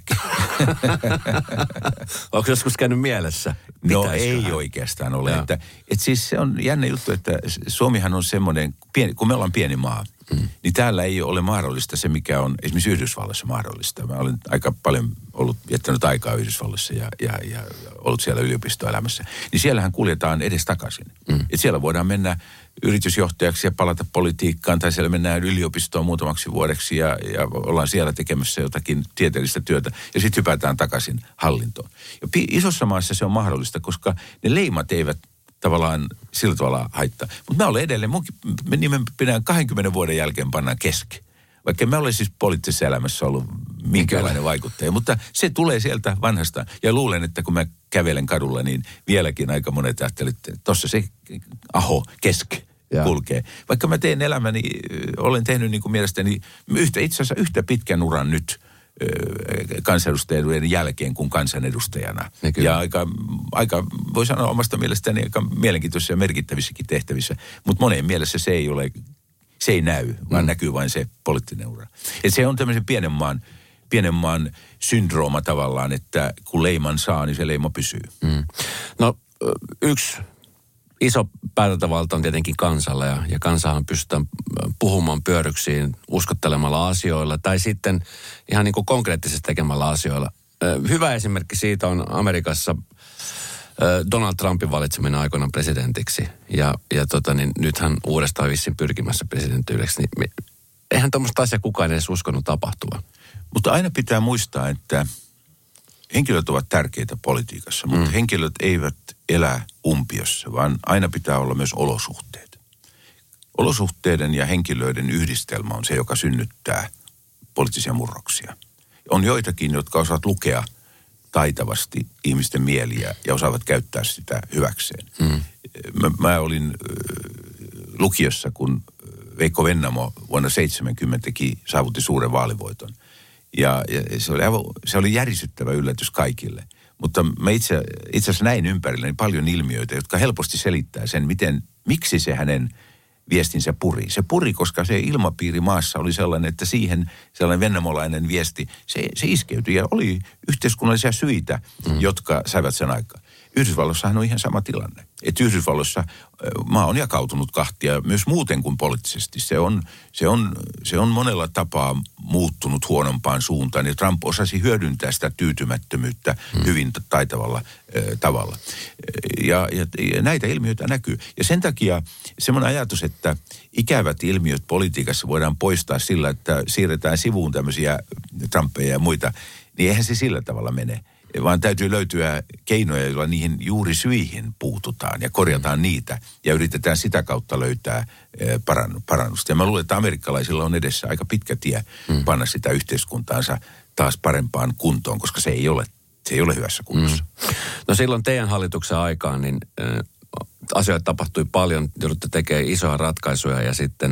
Onko joskus käynyt mielessä? No ei oikeastaan ole. Että, että siis se on jännä juttu, että Suomihan on semmoinen, pieni, kun me ollaan pieni maa, mm. niin täällä ei ole mahdollista se, mikä on esimerkiksi Yhdysvalloissa mahdollista. Mä olen aika paljon ollut, viettänyt aikaa Yhdysvalloissa ja, ja, ja ollut siellä yliopistoelämässä. Niin siellähän kuljetaan edes takaisin. Mm. Että siellä voidaan mennä yritysjohtajaksi ja palata politiikkaan, tai siellä mennään yliopistoon muutamaksi vuodeksi ja, ja ollaan siellä tekemässä jotakin tieteellistä työtä, ja sitten hypätään takaisin hallintoon. Ja pi- isossa maassa se on mahdollista, koska ne leimat eivät tavallaan sillä tavalla haittaa. Mutta mä olen edelleen, mun, me nimen pidän kahdenkymmenen vuoden jälkeen pannaan keski. Vaikka me ole siis poliittisessa elämässä ollut minkälainen vaikuttaja, mutta se tulee sieltä vanhasta. Ja luulen, että kun mä kävelen kadulla, niin vieläkin aika monet ajattelevat, että tuossa se Aho keski kulkee. Vaikka mä teen elämäni, olen tehnyt niin kuin mielestäni yhtä, itse asiassa yhtä pitkän uran nyt kansanedustajien jälkeen kuin kansanedustajana. Ja aika, aika, voi sanoa omasta mielestäni, aika mielenkiintoisissa ja merkittävissäkin tehtävissä. Mutta moneen mielessä se ei ole, se ei näy, vaan mm. näkyy vain se poliittinen ura. Et se on tämmöisen pienen maan, pienen maan syndrooma tavallaan, että kun leiman saa, niin se leima pysyy. Mm. No yksi iso päätäntävalta on tietenkin kansalla ja, ja kansahan pystytään puhumaan pyöryksiin uskottelemalla asioilla tai sitten ihan niin kuin konkreettisesti tekemällä asioilla. Hyvä esimerkki siitä on Amerikassa Donald Trumpin valitseminen aikoinaan presidentiksi ja, ja tota, niin nythän uudestaan vissiin pyrkimässä presidenttiydeksi. Niin eihän tuommoista asiaa kukaan edes uskonut tapahtuvan. Mutta aina pitää muistaa, että henkilöt ovat tärkeitä politiikassa, mutta mm. henkilöt eivät elä umpiossa, vaan aina pitää olla myös olosuhteet. Olosuhteiden ja henkilöiden yhdistelmä on se, joka synnyttää poliittisia murroksia. On joitakin, jotka osaavat lukea taitavasti ihmisten mieliä ja osaavat käyttää sitä hyväkseen. Mm. Mä, mä olin äh, lukiossa, kun Veikko Vennamo vuonna seitsemänkymmentä saavutti suuren vaalivoiton. Ja, ja se, oli aivan, se oli järisyttävä yllätys kaikille. Mutta mä itse, itse asiassa näin ympärilläni paljon ilmiöitä, jotka helposti selittää sen, miten, miksi se hänen viestinsä puri. Se puri, koska se ilmapiiri maassa oli sellainen, että siihen sellainen vennamolainen viesti, se, se iskeytyi ja oli yhteiskunnallisia syitä, mm. jotka saivat sen aikaan. Yhdysvalloissahan on ihan sama tilanne. Että Yhdysvalloissa maa on jakautunut kahtia myös muuten kuin poliittisesti. Se on, se on, se on monella tapaa muuttunut huonompaan suuntaan ja Trump osasi hyödyntää sitä tyytymättömyyttä hmm. hyvin taitavalla äh, tavalla. Ja, ja, ja näitä ilmiöitä näkyy. Ja sen takia semmoinen ajatus, että ikävät ilmiöt politiikassa voidaan poistaa sillä, että siirretään sivuun tämmöisiä Trumpeja ja muita, niin eihän se sillä tavalla mene. Vaan täytyy löytyä keinoja, joilla niihin juuri syihin puututaan ja korjataan niitä. Ja yritetään sitä kautta löytää parannusta. Ja mä luulen, että amerikkalaisilla on edessä aika pitkä tie mm. panna sitä yhteiskuntaansa taas parempaan kuntoon, koska se ei ole, se ei ole hyvässä kunnossa. Mm. No silloin teidän hallituksen aikaan, niin äh, asioita tapahtui paljon. Joudutte tekemään isoja ratkaisuja ja sitten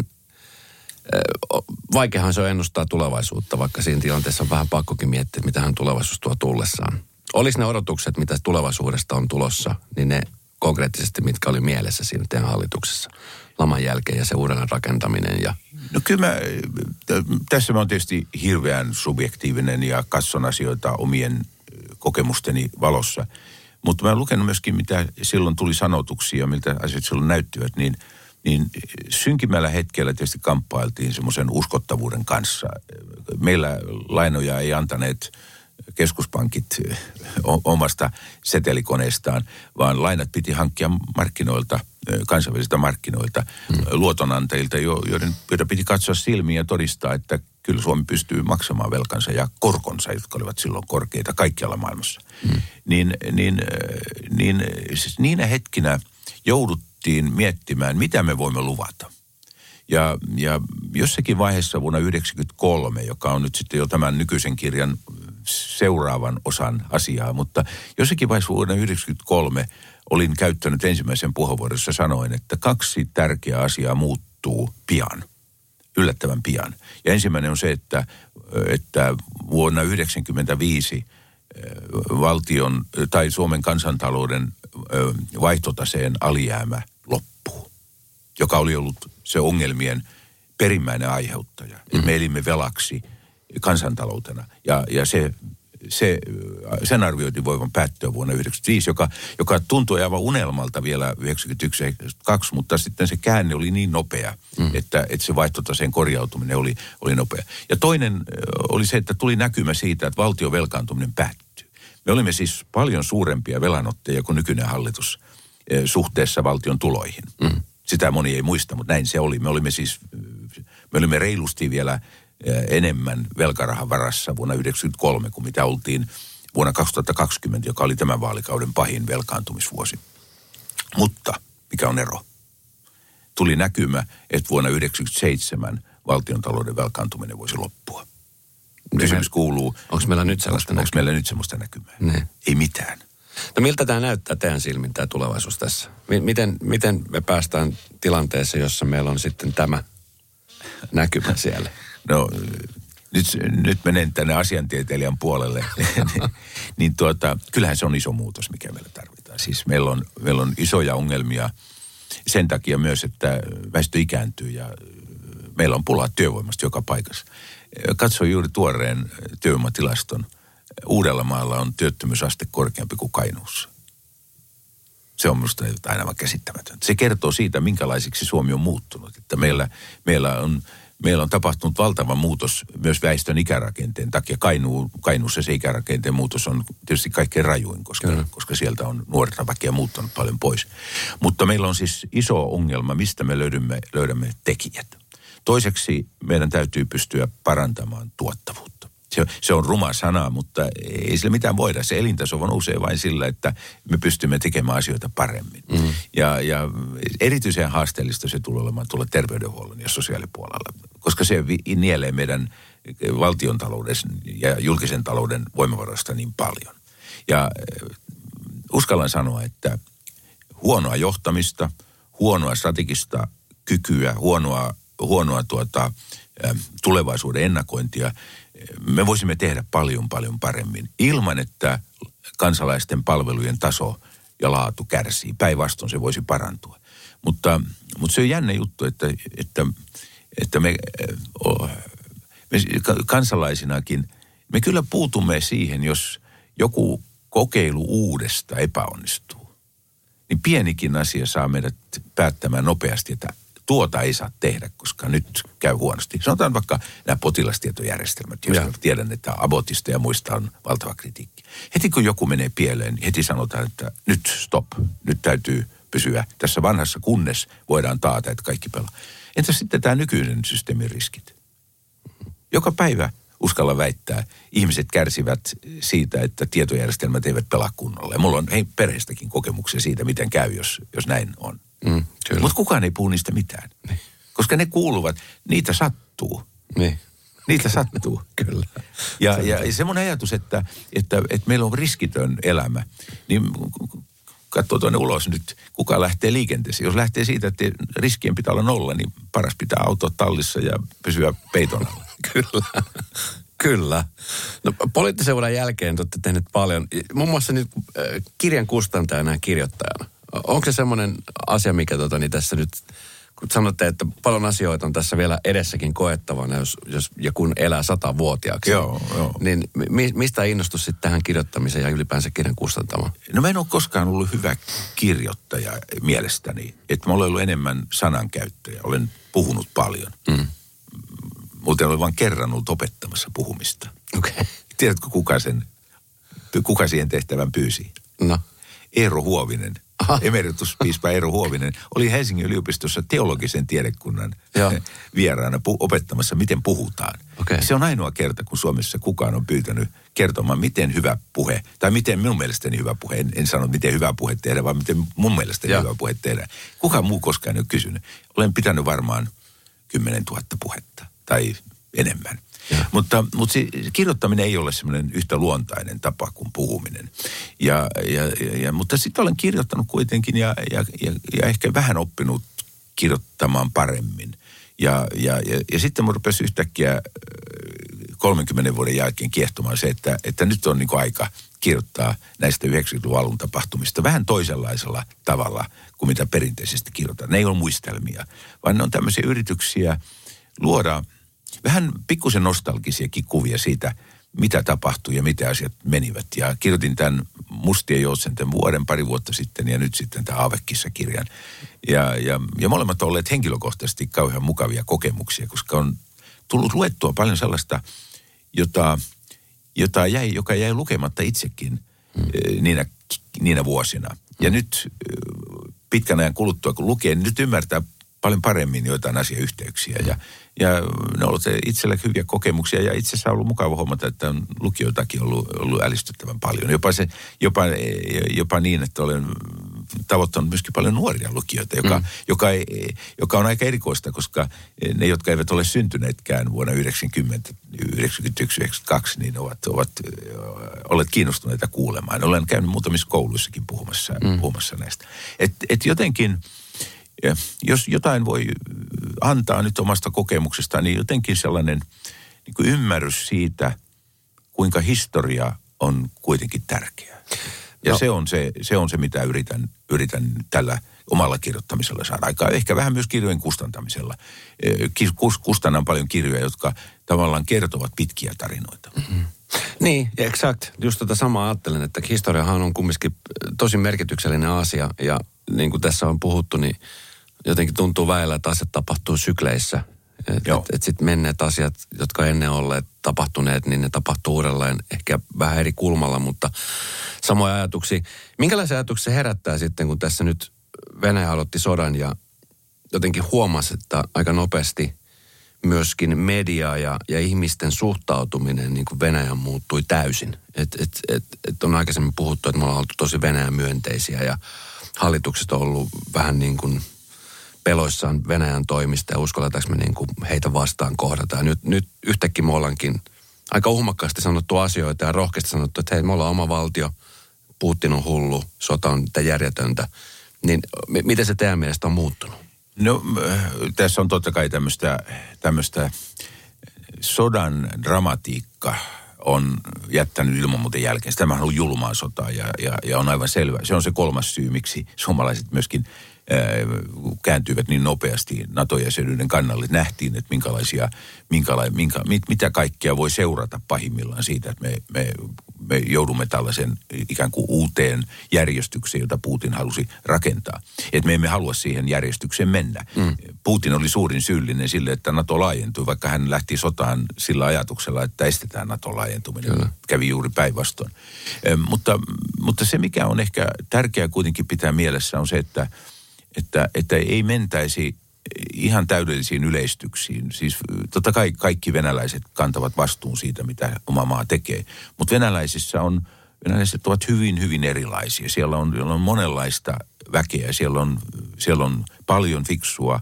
äh, vaikeahan se on ennustaa tulevaisuutta, vaikka siinä tilanteessa on vähän pakkokin miettiä, mitä hän tulevaisuus tuo tullessaan. Olisi ne odotukset, mitä tulevaisuudesta on tulossa, niin ne konkreettisesti, mitkä oli mielessä siinä teidän hallituksessa laman jälkeen ja se uudelleen rakentaminen? Ja... No kyllä mä, tässä mä oon tietysti hirveän subjektiivinen ja katson asioita omien kokemusteni valossa. Mutta mä oon lukenut myöskin, mitä silloin tuli sanotuksia, miltä asiat silloin näyttivät, niin, niin synkimmällä hetkellä tietysti kamppailtiin semmoisen uskottavuuden kanssa. Meillä lainoja ei antaneet keskuspankit omasta setelikoneestaan, vaan lainat piti hankkia markkinoilta, kansainvälisiltä markkinoilta, hmm. luotonantajilta, joiden, joiden piti katsoa silmiin ja todistaa, että kyllä Suomi pystyy maksamaan velkansa ja korkonsa, jotka olivat silloin korkeita kaikkialla maailmassa. Hmm. Niin, niin, niin siis niinä hetkinä jouduttiin miettimään, mitä me voimme luvata. Ja, ja jossakin vaiheessa vuonna yhdeksänkymmentäkolme, joka on nyt sitten jo tämän nykyisen kirjan seuraavan osan asiaa, mutta jossakin vaiheessa vuonna yhdeksänkymmentäkolme olin käyttänyt ensimmäisen puheenvuoron, jossa sanoin, että kaksi tärkeää asiaa muuttuu pian, yllättävän pian. Ja ensimmäinen on se, että, että vuonna yhdeksänkymmentäviisi valtion tai Suomen kansantalouden vaihtotaseen alijäämä loppuu, joka oli ollut se ongelmien perimmäinen aiheuttaja. Mm. Me elimme velaksi kansantaloutena ja, ja se, se, sen arvioitiin voivan päättyä vuonna yhdeksänkymmentäviisi, joka, joka tuntui aivan unelmalta vielä yhdeksänkymmentäyksi yhdeksänkymmentäkaksi, mutta sitten se käänne oli niin nopea, mm. että, että se vaihtotaseen korjautuminen oli, oli nopea. Ja toinen oli se, että tuli näkymä siitä, että valtion velkaantuminen päättyy. Me olimme siis paljon suurempia velanottajia kuin nykyinen hallitus suhteessa valtion tuloihin. Mm. Sitä moni ei muista, mutta näin se oli. Me olimme siis, me olimme reilusti vielä enemmän velkarahan varassa vuonna yhdeksänkymmentäkolme kuin mitä oltiin vuonna kaksituhattakaksikymmentä, joka oli tämän vaalikauden pahin velkaantumisvuosi. Mutta mikä on ero? Tuli näkymä, että vuonna yhdeksänkymmentäseitsemän valtiontalouden velkaantuminen voisi loppua. Kysymys kuuluu, onko meillä nyt sellaista onko meillä nyt sellaista näkymää? Ne. Ei mitään. No miltä tämä näyttää teidän silmin, tämä tulevaisuus tässä? Miten, miten me päästään tilanteeseen, jossa meillä on sitten tämä näkymä siellä? No nyt, nyt menen tänne asiantieteilijän puolelle. niin tuota, kyllähän se on iso muutos, mikä meillä tarvitaan. Siis meillä on, meillä on isoja ongelmia sen takia myös, että väestö ikääntyy ja meillä on pulaa työvoimasta joka paikassa. Katsoin juuri tuoreen työvoimatilaston. Uudellamaalla on työttömyysaste korkeampi kuin Kainuussa. Se on minusta jotain aivan käsittämätöntä. Se kertoo siitä, minkälaisiksi Suomi on muuttunut. Että meillä, meillä, on, meillä on tapahtunut valtava muutos myös väestön ikärakenteen takia. Kainuu, Kainuussa se ikärakenteen muutos on tietysti kaikkein rajuin, koska, koska sieltä on nuorta väkeä muuttanut paljon pois. Mutta meillä on siis iso ongelma, mistä me löydämme, löydämme tekijät. Toiseksi meidän täytyy pystyä parantamaan tuottavuutta. Se, se on ruma sana, mutta ei sillä mitään voida. Se elintaso nousee vain sillä, että me pystymme tekemään asioita paremmin. Mm. Ja, ja erityisen haasteellista se tulee olemaan tuolla terveydenhuollon ja sosiaalipuolella, koska se nielee meidän valtiontalouden ja julkisen talouden voimavaroista niin paljon. Ja uskallan sanoa, että huonoa johtamista, huonoa strategista kykyä, huonoa, huonoa tuota, tulevaisuuden ennakointia, me voisimme tehdä paljon, paljon paremmin ilman, että kansalaisten palvelujen taso ja laatu kärsii. Päinvastoin se voisi parantua. Mutta, mutta se on jännä juttu, että, että, että me, me kansalaisinakin, me kyllä puutumme siihen, jos joku kokeilu uudesta epäonnistuu. Niin pienikin asia saa meidät päättämään nopeasti, että tuota ei saa tehdä, koska nyt käy huonosti. Sanotaan vaikka nämä potilastietojärjestelmät, joista ja. tiedän, että abotista ja muista on valtava kritiikki. Heti kun joku menee pieleen, heti sanotaan, että nyt stop, nyt täytyy pysyä tässä vanhassa, kunnes voidaan taata, että kaikki pelaa. Entä sitten tämä nykyinen systeemin riskit? Joka päivä, uskalla väittää, ihmiset kärsivät siitä, että tietojärjestelmät eivät pelaa kunnolla. Ja mulla on hei, perheestäkin kokemuksia siitä, miten käy, jos, jos näin on. Mm, mutta kukaan ei puhu niistä mitään. Niin. Koska ne kuuluvat, niitä sattuu. Niin. Niitä sattuu. Kyllä. Ja, ja, ja semmoinen ajatus, että, että, että meillä on riskitön elämä, niin katsoo tuonne ulos nyt, kuka lähtee liikenteeseen. Jos lähtee siitä, että riskien pitää olla nolla, niin paras pitää autoa tallissa ja pysyä peiton alla. Kyllä. Kyllä. No poliittisen vuoden jälkeen te olette tehneet paljon. Muun muassa nyt äh, kirjan kustantajana ja kirjoittajana. Onko se semmoinen asia, mikä tota, niin tässä nyt, kun sanotte, että paljon asioita on tässä vielä edessäkin koettavana, jos, jos ja kun elää satavuotiaaksi. Joo, joo. Niin mi, mistä innostus sitten tähän kirjoittamiseen ja ylipäänsä kirjan kustantamaan? No mä en ole koskaan ollut hyvä kirjoittaja mielestäni. Että mä olen ollut enemmän sanankäyttäjä. Olen puhunut paljon. Mm. Muuten olen vain kerran ollut opettamassa puhumista. Okei. Okay. Tiedätkö, kuka, sen, kuka siihen tehtävän pyysi? No. Eero Huovinen. Emerituspiispa Eero Huovinen oli Helsingin yliopistossa teologisen tiedekunnan vieraana pu- opettamassa, miten puhutaan. Okay. Se on ainoa kerta, kun Suomessa kukaan on pyytänyt kertomaan, miten hyvä puhe, tai miten minun mielestäni hyvä puhe, en, en sano, miten hyvä puhe tehdä, vaan miten mun mielestäni ja. hyvä puhe tehdä. Kukaan muu koskaan ei ole kysynyt. Olen pitänyt varmaan kymmenen tuhatta puhetta, tai enemmän. Ja. Mutta, mutta se kirjoittaminen ei ole semmoinen yhtä luontainen tapa kuin puhuminen. Ja, ja, ja, mutta sitten olen kirjoittanut kuitenkin ja, ja, ja, ja ehkä vähän oppinut kirjoittamaan paremmin. Ja, ja, ja, ja sitten mun rupesi yhtäkkiä kolmenkymmenen vuoden jälkeen kiehtomaan se, että, että nyt on niin kuin aika kirjoittaa näistä yhdeksänkymmentäluvun alun tapahtumista vähän toisenlaisella tavalla kuin mitä perinteisesti kirjoitetaan. Ne ei ole muistelmia, vaan ne on tämmöisiä yrityksiä luoda vähän pikkusen nostalgisiakin kuvia siitä, mitä tapahtui ja mitä asiat menivät. Ja kirjoitin tämän Mustien joutsenten vuoden pari vuotta sitten ja nyt sitten tämän Aavekissa-kirjan. Ja, ja, ja molemmat ovat olleet henkilökohtaisesti kauhean mukavia kokemuksia, koska on tullut luettua paljon sellaista, jota, jota jäi, joka jäi lukematta itsekin mm. niinä, niinä vuosina. Ja mm. nyt pitkän ajan kuluttua, kun lukee, niin nyt ymmärtää paljon paremmin joitain asiayhteyksiä. Ja, ja ne on ollut itsellä hyviä kokemuksia ja itse asiassa on ollut mukava huomata, että on lukijoitakin ollut, ollut älistyttävän paljon. Jopa, se, jopa, jopa niin, että olen tavoittanut myöskin paljon nuoria lukijoita, joka, mm. joka, ei, joka on aika erikoista, koska ne, jotka eivät ole syntyneetkään vuonna yhdeksänkymmentä, yhdeksänkymmentäyksi, yhdeksänkymmentäkaksi, niin ovat, ovat olleet kiinnostuneita kuulemaan. Olen käynyt muutamissa kouluissakin puhumassa, mm. puhumassa näistä. Et, et jotenkin, jos jotain voi antaa nyt omasta kokemuksestaan, niin jotenkin sellainen niin kuin ymmärrys siitä, kuinka historia on kuitenkin tärkeää. Ja no. se, on se, se on se, mitä yritän, yritän tällä omalla kirjoittamisella saada aikaan. Ehkä vähän myös kirjojen kustantamisella. Kustannan paljon kirjoja, jotka tavallaan kertovat pitkiä tarinoita. Mm-hmm. Niin, exakt. Just tota samaa ajattelen, että historiahan on kumminkin tosi merkityksellinen asia. Ja niin kuin tässä on puhuttu, niin jotenkin tuntuu väillä, että asiat tapahtuu sykleissä. Että et, et sitten menneet asiat, jotka ennen olleet tapahtuneet, niin ne tapahtuu uudelleen ehkä vähän eri kulmalla, mutta samoja ajatuksia. Minkälaisia ajatuksia se herättää sitten, kun tässä nyt Venäjä aloitti sodan ja jotenkin huomasi, että aika nopeasti myöskin media ja, ja ihmisten suhtautuminen niin kuin Venäjän muuttui täysin. Että et, et, et on aikaisemmin puhuttu, että me ollaan oltu tosi Venäjän myönteisiä ja hallitukset on ollut vähän niin kuin peloissaan Venäjän toimista ja uskalletaanko me niin kuin heitä vastaan kohdata. Ja nyt, nyt yhtäkkiä me ollaankin aika uhmakkaasti sanottu asioita ja rohkeasti sanottu, että hei, me ollaan oma valtio, Putin on hullu, sota on järjetöntä. Niin m- miten se teidän mielestä on muuttunut? No tässä on totta kai tämmöistä, tämmöistä sodan dramatiikka on jättänyt ilman muuta jälkeen. Tämähän on julmaa sotaa ja, ja, ja on aivan selvä. Se on se kolmas syy, miksi suomalaiset myöskin kääntyivät niin nopeasti NATO-jäsenyyden kannalle. Nähtiin, että minkälaisia, minkäla, minkä, mit, mitä kaikkea voi seurata pahimmillaan siitä, että me, me, me joudumme tällaisen ikään kuin uuteen järjestykseen, jota Putin halusi rakentaa. Että me emme halua siihen järjestykseen mennä. Mm. Putin oli suurin syyllinen sille, että NATO laajentui, vaikka hän lähti sotaan sillä ajatuksella, että estetään NATO laajentuminen. Kyllä. Kävi juuri päinvastoin. E, mutta, mutta se, mikä on ehkä tärkeää kuitenkin pitää mielessä, on se, että Että, että ei mentäisi ihan täydellisiin yleistyksiin. Siis totta kai kaikki venäläiset kantavat vastuun siitä, mitä oma maa tekee. Mutta venäläisissä on, venäläiset ovat hyvin, hyvin erilaisia. Siellä on, siellä on monenlaista väkeä. Siellä on, siellä on paljon fiksua,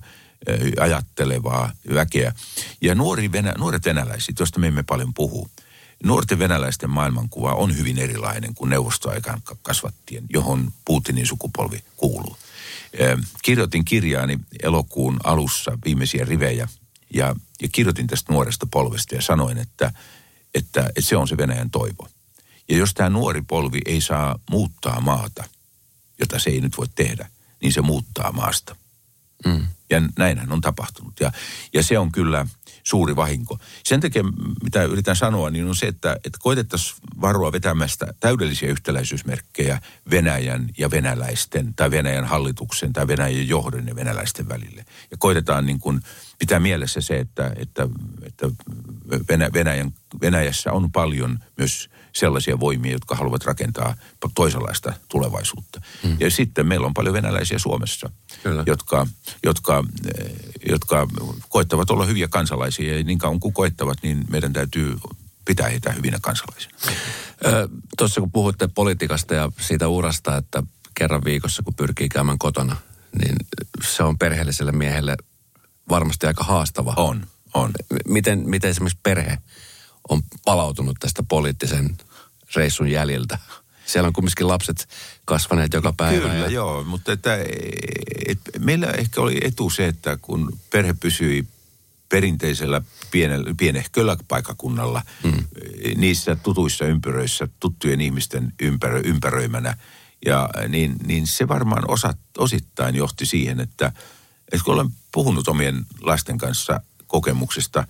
ajattelevaa väkeä. Ja nuori venä, nuoret venäläiset, joista me emme paljon puhu, nuorten venäläisten maailmankuva on hyvin erilainen kuin neuvostoaikaan kasvattien, johon Putinin sukupolvi kuuluu. Kirjoitin kirjaani elokuun alussa viimeisiä rivejä ja, ja kirjoitin tästä nuoresta polvesta ja sanoin, että, että, että se on se Venäjän toivo. Ja jos tämä nuori polvi ei saa muuttaa maata, jota se ei nyt voi tehdä, niin se muuttaa maasta. Mm. Ja näinhän on tapahtunut. Ja, ja se on kyllä suuri vahinko. Sen takia, mitä yritän sanoa, niin on se, että, että koitettaisiin varoa vetämästä täydellisiä yhtäläisyysmerkkejä Venäjän ja venäläisten, tai Venäjän hallituksen, tai Venäjän johdon ja venäläisten välille. Ja koitetaan niin kuin pitää mielessä se, että, että, että Venäjän, Venäjässä on paljon myös sellaisia voimia, jotka haluavat rakentaa toisenlaista tulevaisuutta. Hmm. Ja sitten meillä on paljon venäläisiä Suomessa, jotka, jotka, jotka koettavat olla hyviä kansalaisia. Ja niin kauan kuin koettavat, niin meidän täytyy pitää heitä hyvinä kansalaisina. Tuossa kun puhutte politiikasta ja siitä urasta, että kerran viikossa kun pyrkii käymään kotona, niin se on perheelliselle miehelle varmasti aika haastava. On, on. Miten, miten esimerkiksi perhe on palautunut tästä poliittisen reissun jäljiltä? Siellä on kumminkin lapset kasvaneet joka päivä. Kyllä, ja joo, mutta että, et, meillä ehkä oli etu se, että kun perhe pysyi perinteisellä pienellä, pienehköllä paikakunnalla, mm. niissä tutuissa ympyröissä, tuttujen ihmisten ympärö, ympäröimänä, ja niin, niin se varmaan osa, osittain johti siihen, että, että kun olen puhunut omien lasten kanssa kokemuksesta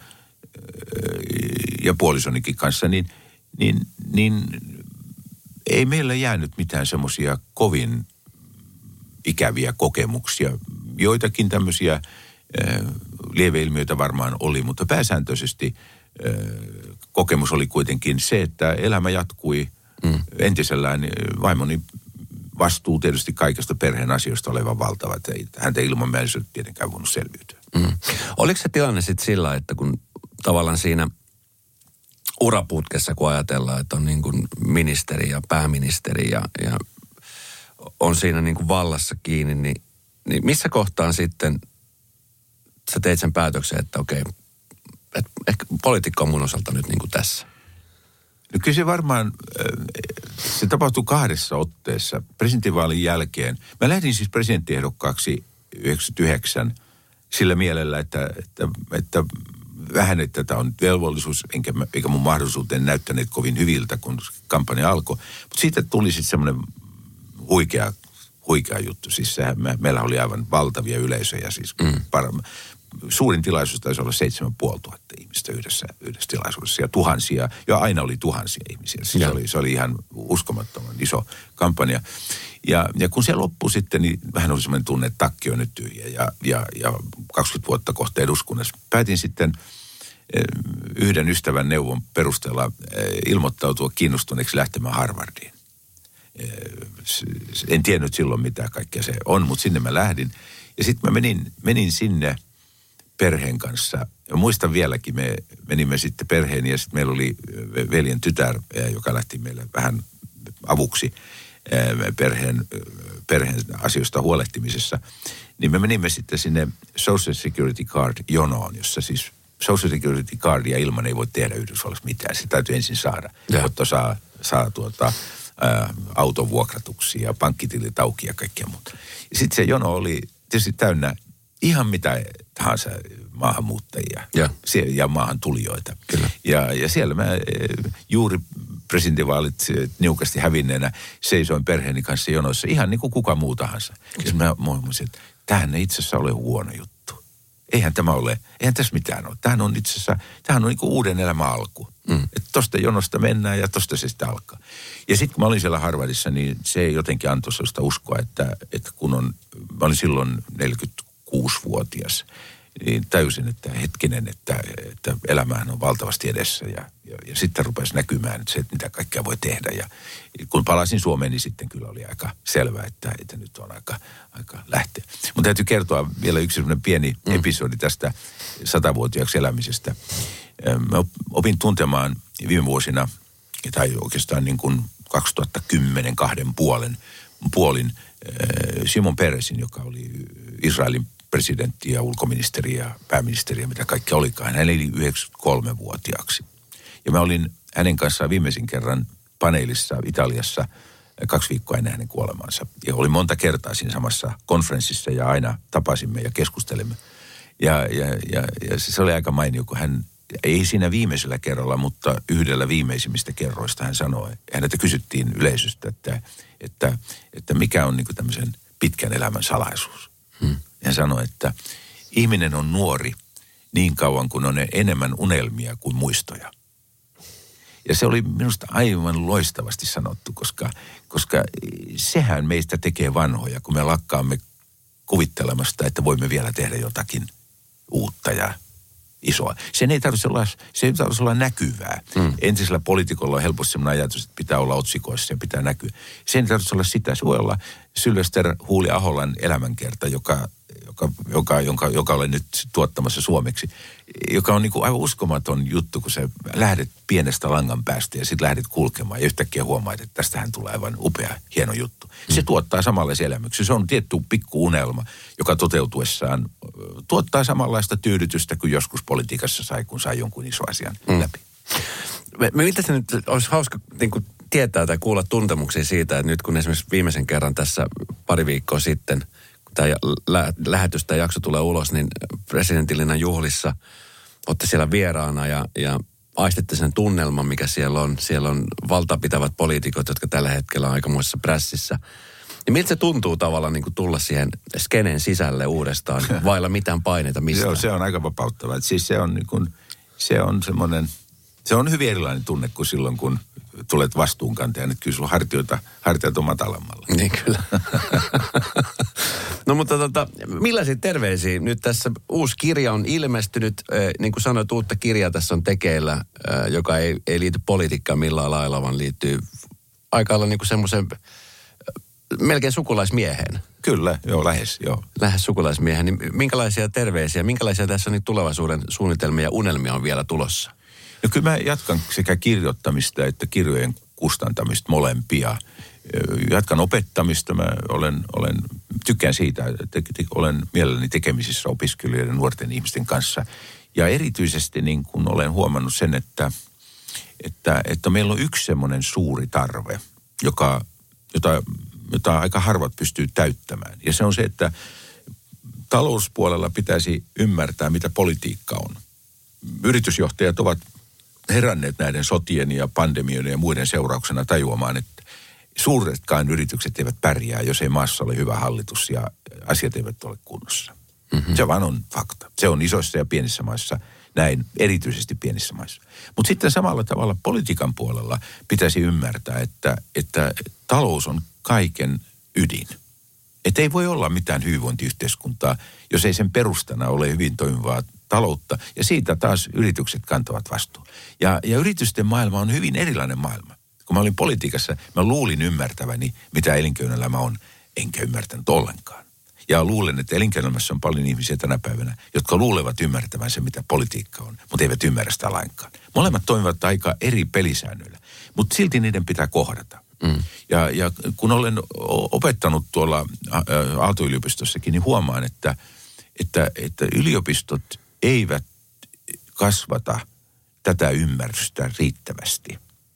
ja puolisonikin kanssa, niin, niin, niin ei meillä jäänyt mitään semmoisia kovin ikäviä kokemuksia. Joitakin tämmöisiä lieveilmiöitä varmaan oli, mutta pääsääntöisesti kokemus oli kuitenkin se, että elämä jatkui mm. entisellään. Vaimoni vastuu tietysti kaikesta perheen asioista olevan valtava, että häntä ilman mä en ole tietenkään voinut selviytyä. Mm. Oliko se tilanne sitten sillä, että kun tavallaan siinä uraputkessa, kun ajatellaan, että on niin kuin ministeri ja pääministeri ja, ja on siinä niin kuin vallassa kiinni, niin, niin missä kohtaan sitten sä teit sen päätöksen, että okei, että ehkä politiikka on mun osalta nyt niin kuin tässä? No kyllä se varmaan, se tapahtui kahdessa otteessa presidentinvaalin jälkeen. Mä lähdin siis presidenttiehdokkaaksi yhdeksänkymmentäyhdeksän sillä mielellä, että, että, että vähän, että tämä on velvollisuus, enkä, eikä mun mahdollisuuteen näyttäneet kovin hyviltä, kun kampanja alkoi. Mutta siitä tuli sitten semmoinen huikea, huikea juttu. Siis sehän, me, meillä oli aivan valtavia yleisöjä. Siis mm. par, suurin tilaisuus taisi olla seitsemän puoli tuhatta ihmistä yhdessä, yhdessä tilaisuudessa. Ja tuhansia, ja aina oli tuhansia ihmisiä. Siis se, oli, se oli ihan uskomattoman iso kampanja. Ja, ja kun se loppui sitten, niin vähän oli semmoinen tunne, että takki on nyt tyhjä. Ja, ja, ja kaksikymmentä vuotta kohta eduskunnassa päätin sitten yhden ystävän neuvon perusteella ilmoittautua kiinnostuneeksi lähtemään Harvardiin. En tiennyt silloin, mitä kaikkea se on, mutta sinne mä lähdin. Ja sitten mä menin, menin sinne perheen kanssa. Ja muistan vieläkin, me menimme sitten perheen ja sitten meillä oli veljen tytär, joka lähti meille vähän avuksi perheen, perheen asioista huolehtimisessa. Niin me menimme sitten sinne Social Security Card-jonoon, jossa siis Social Security Cardia ilman ei voi tehdä Yhdysvallassa mitään. Se täytyy ensin saada, ja. jotta saa, saa tuota, ää, auton vuokratuksia ja pankkitilit auki ja kaikkea muuta. Ja sitten se jono oli tietysti täynnä ihan mitä tahansa maahanmuuttajia ja, ja maahan tulijoita. Kyllä. Ja, ja siellä mä juuri presidentinvaalit niukasti hävinneenä seisoin perheeni kanssa jonoissa ihan niin kuin kuka muu tahansa. Ja mä muistin, että tämähän ei itse asiassa ole huono juttu. Eihän tämä ole, eihän tässä mitään ole. Tämähän on itse asiassa, tämähän on niin kuin uuden elämän alku. Mm. Että tosta jonosta mennään ja tosta se sitten alkaa. Ja sitten kun mä olin siellä Harvardissa, niin se jotenkin antoi sellaista uskoa, että, että kun on, mä olin silloin neljäkymmentäkuusivuotias, niin täysin, että hetkinen, että, että elämähän on valtavasti edessä ja, ja, ja sitten rupesi näkymään se, että mitä kaikkea voi tehdä. Ja kun palasin Suomeen, niin sitten kyllä oli aika selvää, että, että nyt on aika, aika lähteä. Mutta täytyy kertoa vielä yksi sellainen pieni mm. episodi tästä satavuotiaaksi elämisestä. Mä opin tuntemaan viime vuosina, tai oikeastaan niin kuin kaksituhattakymmenen kahden puolen, puolin Simon Peresin, joka oli Israelin presidentti ja ulkoministeri ja pääministeri ja mitä kaikkea olikaan. Hän eli yhdeksänkymmentäkolmevuotiaaksi. Ja mä olin hänen kanssaan viimeisin kerran paneelissa Italiassa kaksi viikkoa ennen hänen kuolemaansa. Ja oli monta kertaa siinä samassa konferenssissa ja aina tapasimme ja keskustelimme. Ja, ja, ja, ja se oli aika mainio, kun hän, ei siinä viimeisellä kerralla, mutta yhdellä viimeisimmistä kerroista hän sanoi, häneltä kysyttiin yleisöstä, että, että, että mikä on niin kuin tämmöisen pitkän elämän salaisuus. Hmm. Hän sanoi, että ihminen on nuori niin kauan, kun on enemmän unelmia kuin muistoja. Ja se oli minusta aivan loistavasti sanottu, koska, koska sehän meistä tekee vanhoja, kun me lakkaamme kuvittelemasta, että voimme vielä tehdä jotakin uutta ja isoa. Sen ei tarvitse olla, se ei tarvitse olla näkyvää. Mm. Entisellä poliitikolla on helposti sellainen ajatus, että pitää olla otsikoissa ja pitää näkyä. Sen ei tarvitse olla sitä. Se voi olla Sylvester Huuli Aholan elämänkerta, joka, joka, joka, jonka, joka olen nyt tuottamassa suomeksi, joka on niin kuin aivan uskomaton juttu, kun sä lähdet pienestä langan päästä ja sitten lähdet kulkemaan ja yhtäkkiä huomaat, että tästähän tulee aivan upea, hieno juttu. Mm. Se tuottaa samanlaisia elämyksiä. Se on tietty pikkuunelma, joka toteutuessaan tuottaa samanlaista tyydytystä kuin joskus politiikassa sai, kun sai jonkun iso asian mm. läpi. Me, me mitä se nyt olisi hauska niin kuin tietää tai kuulla tuntemuksia siitä, että nyt kun esimerkiksi viimeisen kerran tässä pari viikkoa sitten, kun tämä lä- lähetys, tämä jakso tulee ulos, niin presidentinlinnan juhlissa olette siellä vieraana ja, ja aistitte sen tunnelman, mikä siellä on. Siellä on valtapitävät poliitikot, jotka tällä hetkellä on aikamoisessa prässissä. Niin miltä se tuntuu tavallaan niin kuin tulla siihen skenen sisälle uudestaan, vailla mitään paineita mistään? Joo, se on aika vapauttava. Siis se on niin kuin, se on semmoinen, se on hyvin erilainen tunne kuin silloin, kun tulet vastuunkantajan, että kyllä sulla hartioita, hartiat on matalammalla. Niin kyllä. No mutta tota, millaisia terveisiä? Nyt tässä uusi kirja on ilmestynyt, niin kuin sanoit, uutta kirjaa tässä on tekeillä, joka ei, ei liity politiikkaan millään lailla, vaan liittyy aika lailla niin kuin semmoisen melkein sukulaismieheen. Kyllä, joo, lähes, joo. Lähes sukulaismiehen. Niin minkälaisia terveisiä, minkälaisia tässä niin tulevaisuuden suunnitelmia ja unelmia on vielä tulossa? No kyllä mä jatkan sekä kirjoittamista että kirjojen kustantamista molempia. Jatkan opettamista. Mä olen, olen, tykkään siitä, että olen mielelläni tekemisissä opiskelijoiden nuorten ihmisten kanssa. Ja erityisesti niin kun olen huomannut sen, että, että, että meillä on yksi semmoinen suuri tarve, joka, jota, jota aika harvat pystyy täyttämään. Ja se on se, että talouspuolella pitäisi ymmärtää, mitä politiikka on. Yritysjohtajat ovat heränneet näiden sotien ja pandemioiden ja muiden seurauksena tajuamaan, että suuretkaan yritykset eivät pärjää, jos ei maassa ole hyvä hallitus ja asiat eivät ole kunnossa. Mm-hmm. Se vaan on fakta. Se on isoissa ja pienissä maissa näin, erityisesti pienissä maissa. Mutta sitten samalla tavalla politiikan puolella pitäisi ymmärtää, että, että talous on kaiken ydin. Että ei voi olla mitään hyvinvointiyhteiskuntaa, jos ei sen perustana ole hyvin toimivaa taloutta, ja siitä taas yritykset kantavat vastuun. Ja, ja yritysten maailma on hyvin erilainen maailma. Kun mä olin politiikassa, mä luulin ymmärtäväni, mitä elinkeinoelämä on, enkä ymmärtänyt ollenkaan. Ja luulen, että elinkeinoelämässä on paljon ihmisiä tänä päivänä, jotka luulevat ymmärtävänsä, mitä politiikka on, mutta eivät ymmärrä sitä lainkaan. Molemmat toimivat aika eri pelisäännöillä, mutta silti niiden pitää kohdata. Mm. Ja, ja kun olen opettanut tuolla Aalto-yliopistossakin, niin huomaan, että, että, että yliopistot eivät kasvata tätä ymmärrystä riittävästi.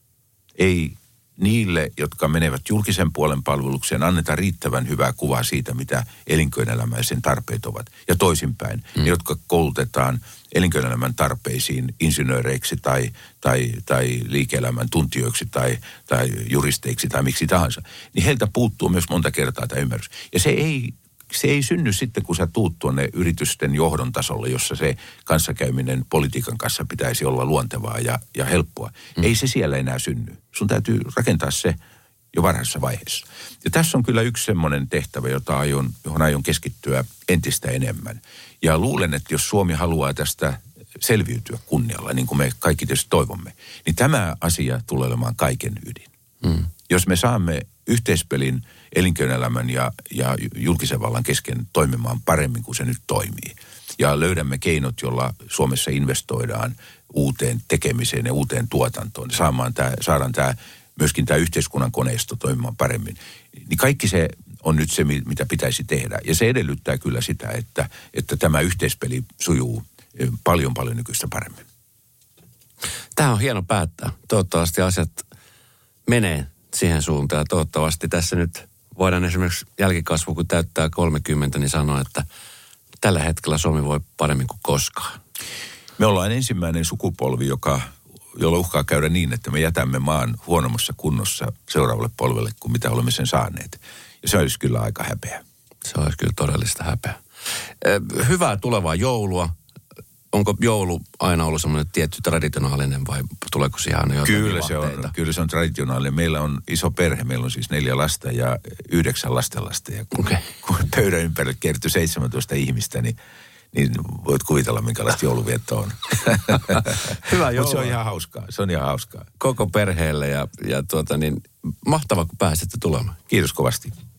Ei niille, jotka menevät julkisen puolen palvelukseen, anneta riittävän hyvää kuvaa siitä, mitä elinkeinoelämä ja sen tarpeet ovat. Ja toisinpäin, mm. ne, jotka koulutetaan elinkeinoelämän tarpeisiin insinööreiksi tai, tai, tai liike-elämän tuntijoiksi tai, tai juristeiksi tai miksi tahansa, niin heiltä puuttuu myös monta kertaa tämä ymmärrys. Ja se ei... Se ei synny sitten, kun sä tuut tuonne yritysten johdon tasolle, jossa se kanssakäyminen politiikan kanssa pitäisi olla luontevaa ja, ja helppoa. Mm. Ei se siellä enää synny. Sun täytyy rakentaa se jo varhaisessa vaiheessa. Ja tässä on kyllä yksi semmoinen tehtävä, jota aion, johon aion keskittyä entistä enemmän. Ja luulen, että jos Suomi haluaa tästä selviytyä kunnialla, niin kuin me kaikki tietysti toivomme, niin tämä asia tulee olemaan kaiken ydin. Mm. Jos me saamme yhteispelin elinkeinoelämän ja, ja julkisen vallan kesken toimimaan paremmin kuin se nyt toimii. Ja löydämme keinot, jolla Suomessa investoidaan uuteen tekemiseen ja uuteen tuotantoon. Ja saamaan tää, saadaan tämä, myöskin tämä yhteiskunnan koneisto toimimaan paremmin. Niin kaikki se on nyt se, mitä pitäisi tehdä. Ja se edellyttää kyllä sitä, että, että tämä yhteispeli sujuu paljon paljon nykyistä paremmin. Tämä on hieno päättää. Toivottavasti asiat menee siihen suuntaan. Toivottavasti tässä nyt voidaan esimerkiksi jälkikasvu, kun täyttää kolmekymmentä, niin sanoa, että tällä hetkellä Suomi voi paremmin kuin koskaan. Me ollaan ensimmäinen sukupolvi, joka, jolla uhkaa käydä niin, että me jätämme maan huonommassa kunnossa seuraavalle polvelle kuin mitä olemme sen saaneet. Ja se olisi kyllä aika häpeä. Se olisi kyllä todellista häpeä. Hyvää tulevaa joulua. Onko joulu aina ollut semmoinen tietty traditionaalinen vai tuleeko siihen aina jotain kyllä se on, kyllä se on traditionaalinen. Meillä on iso perhe, meillä on siis neljä lasta ja yhdeksän lastenlasta. Ja kun, okay. kun pöydän ympärille kertyi seitsemäntoista ihmistä, niin, niin voit kuvitella, minkälaista jouluvietto on. Hyvä joulu. Mutta se on ihan hauskaa, se on ihan hauskaa. Koko perheelle ja, ja tuota niin, mahtavaa kun pääsitte tulemaan. Kiitos kovasti.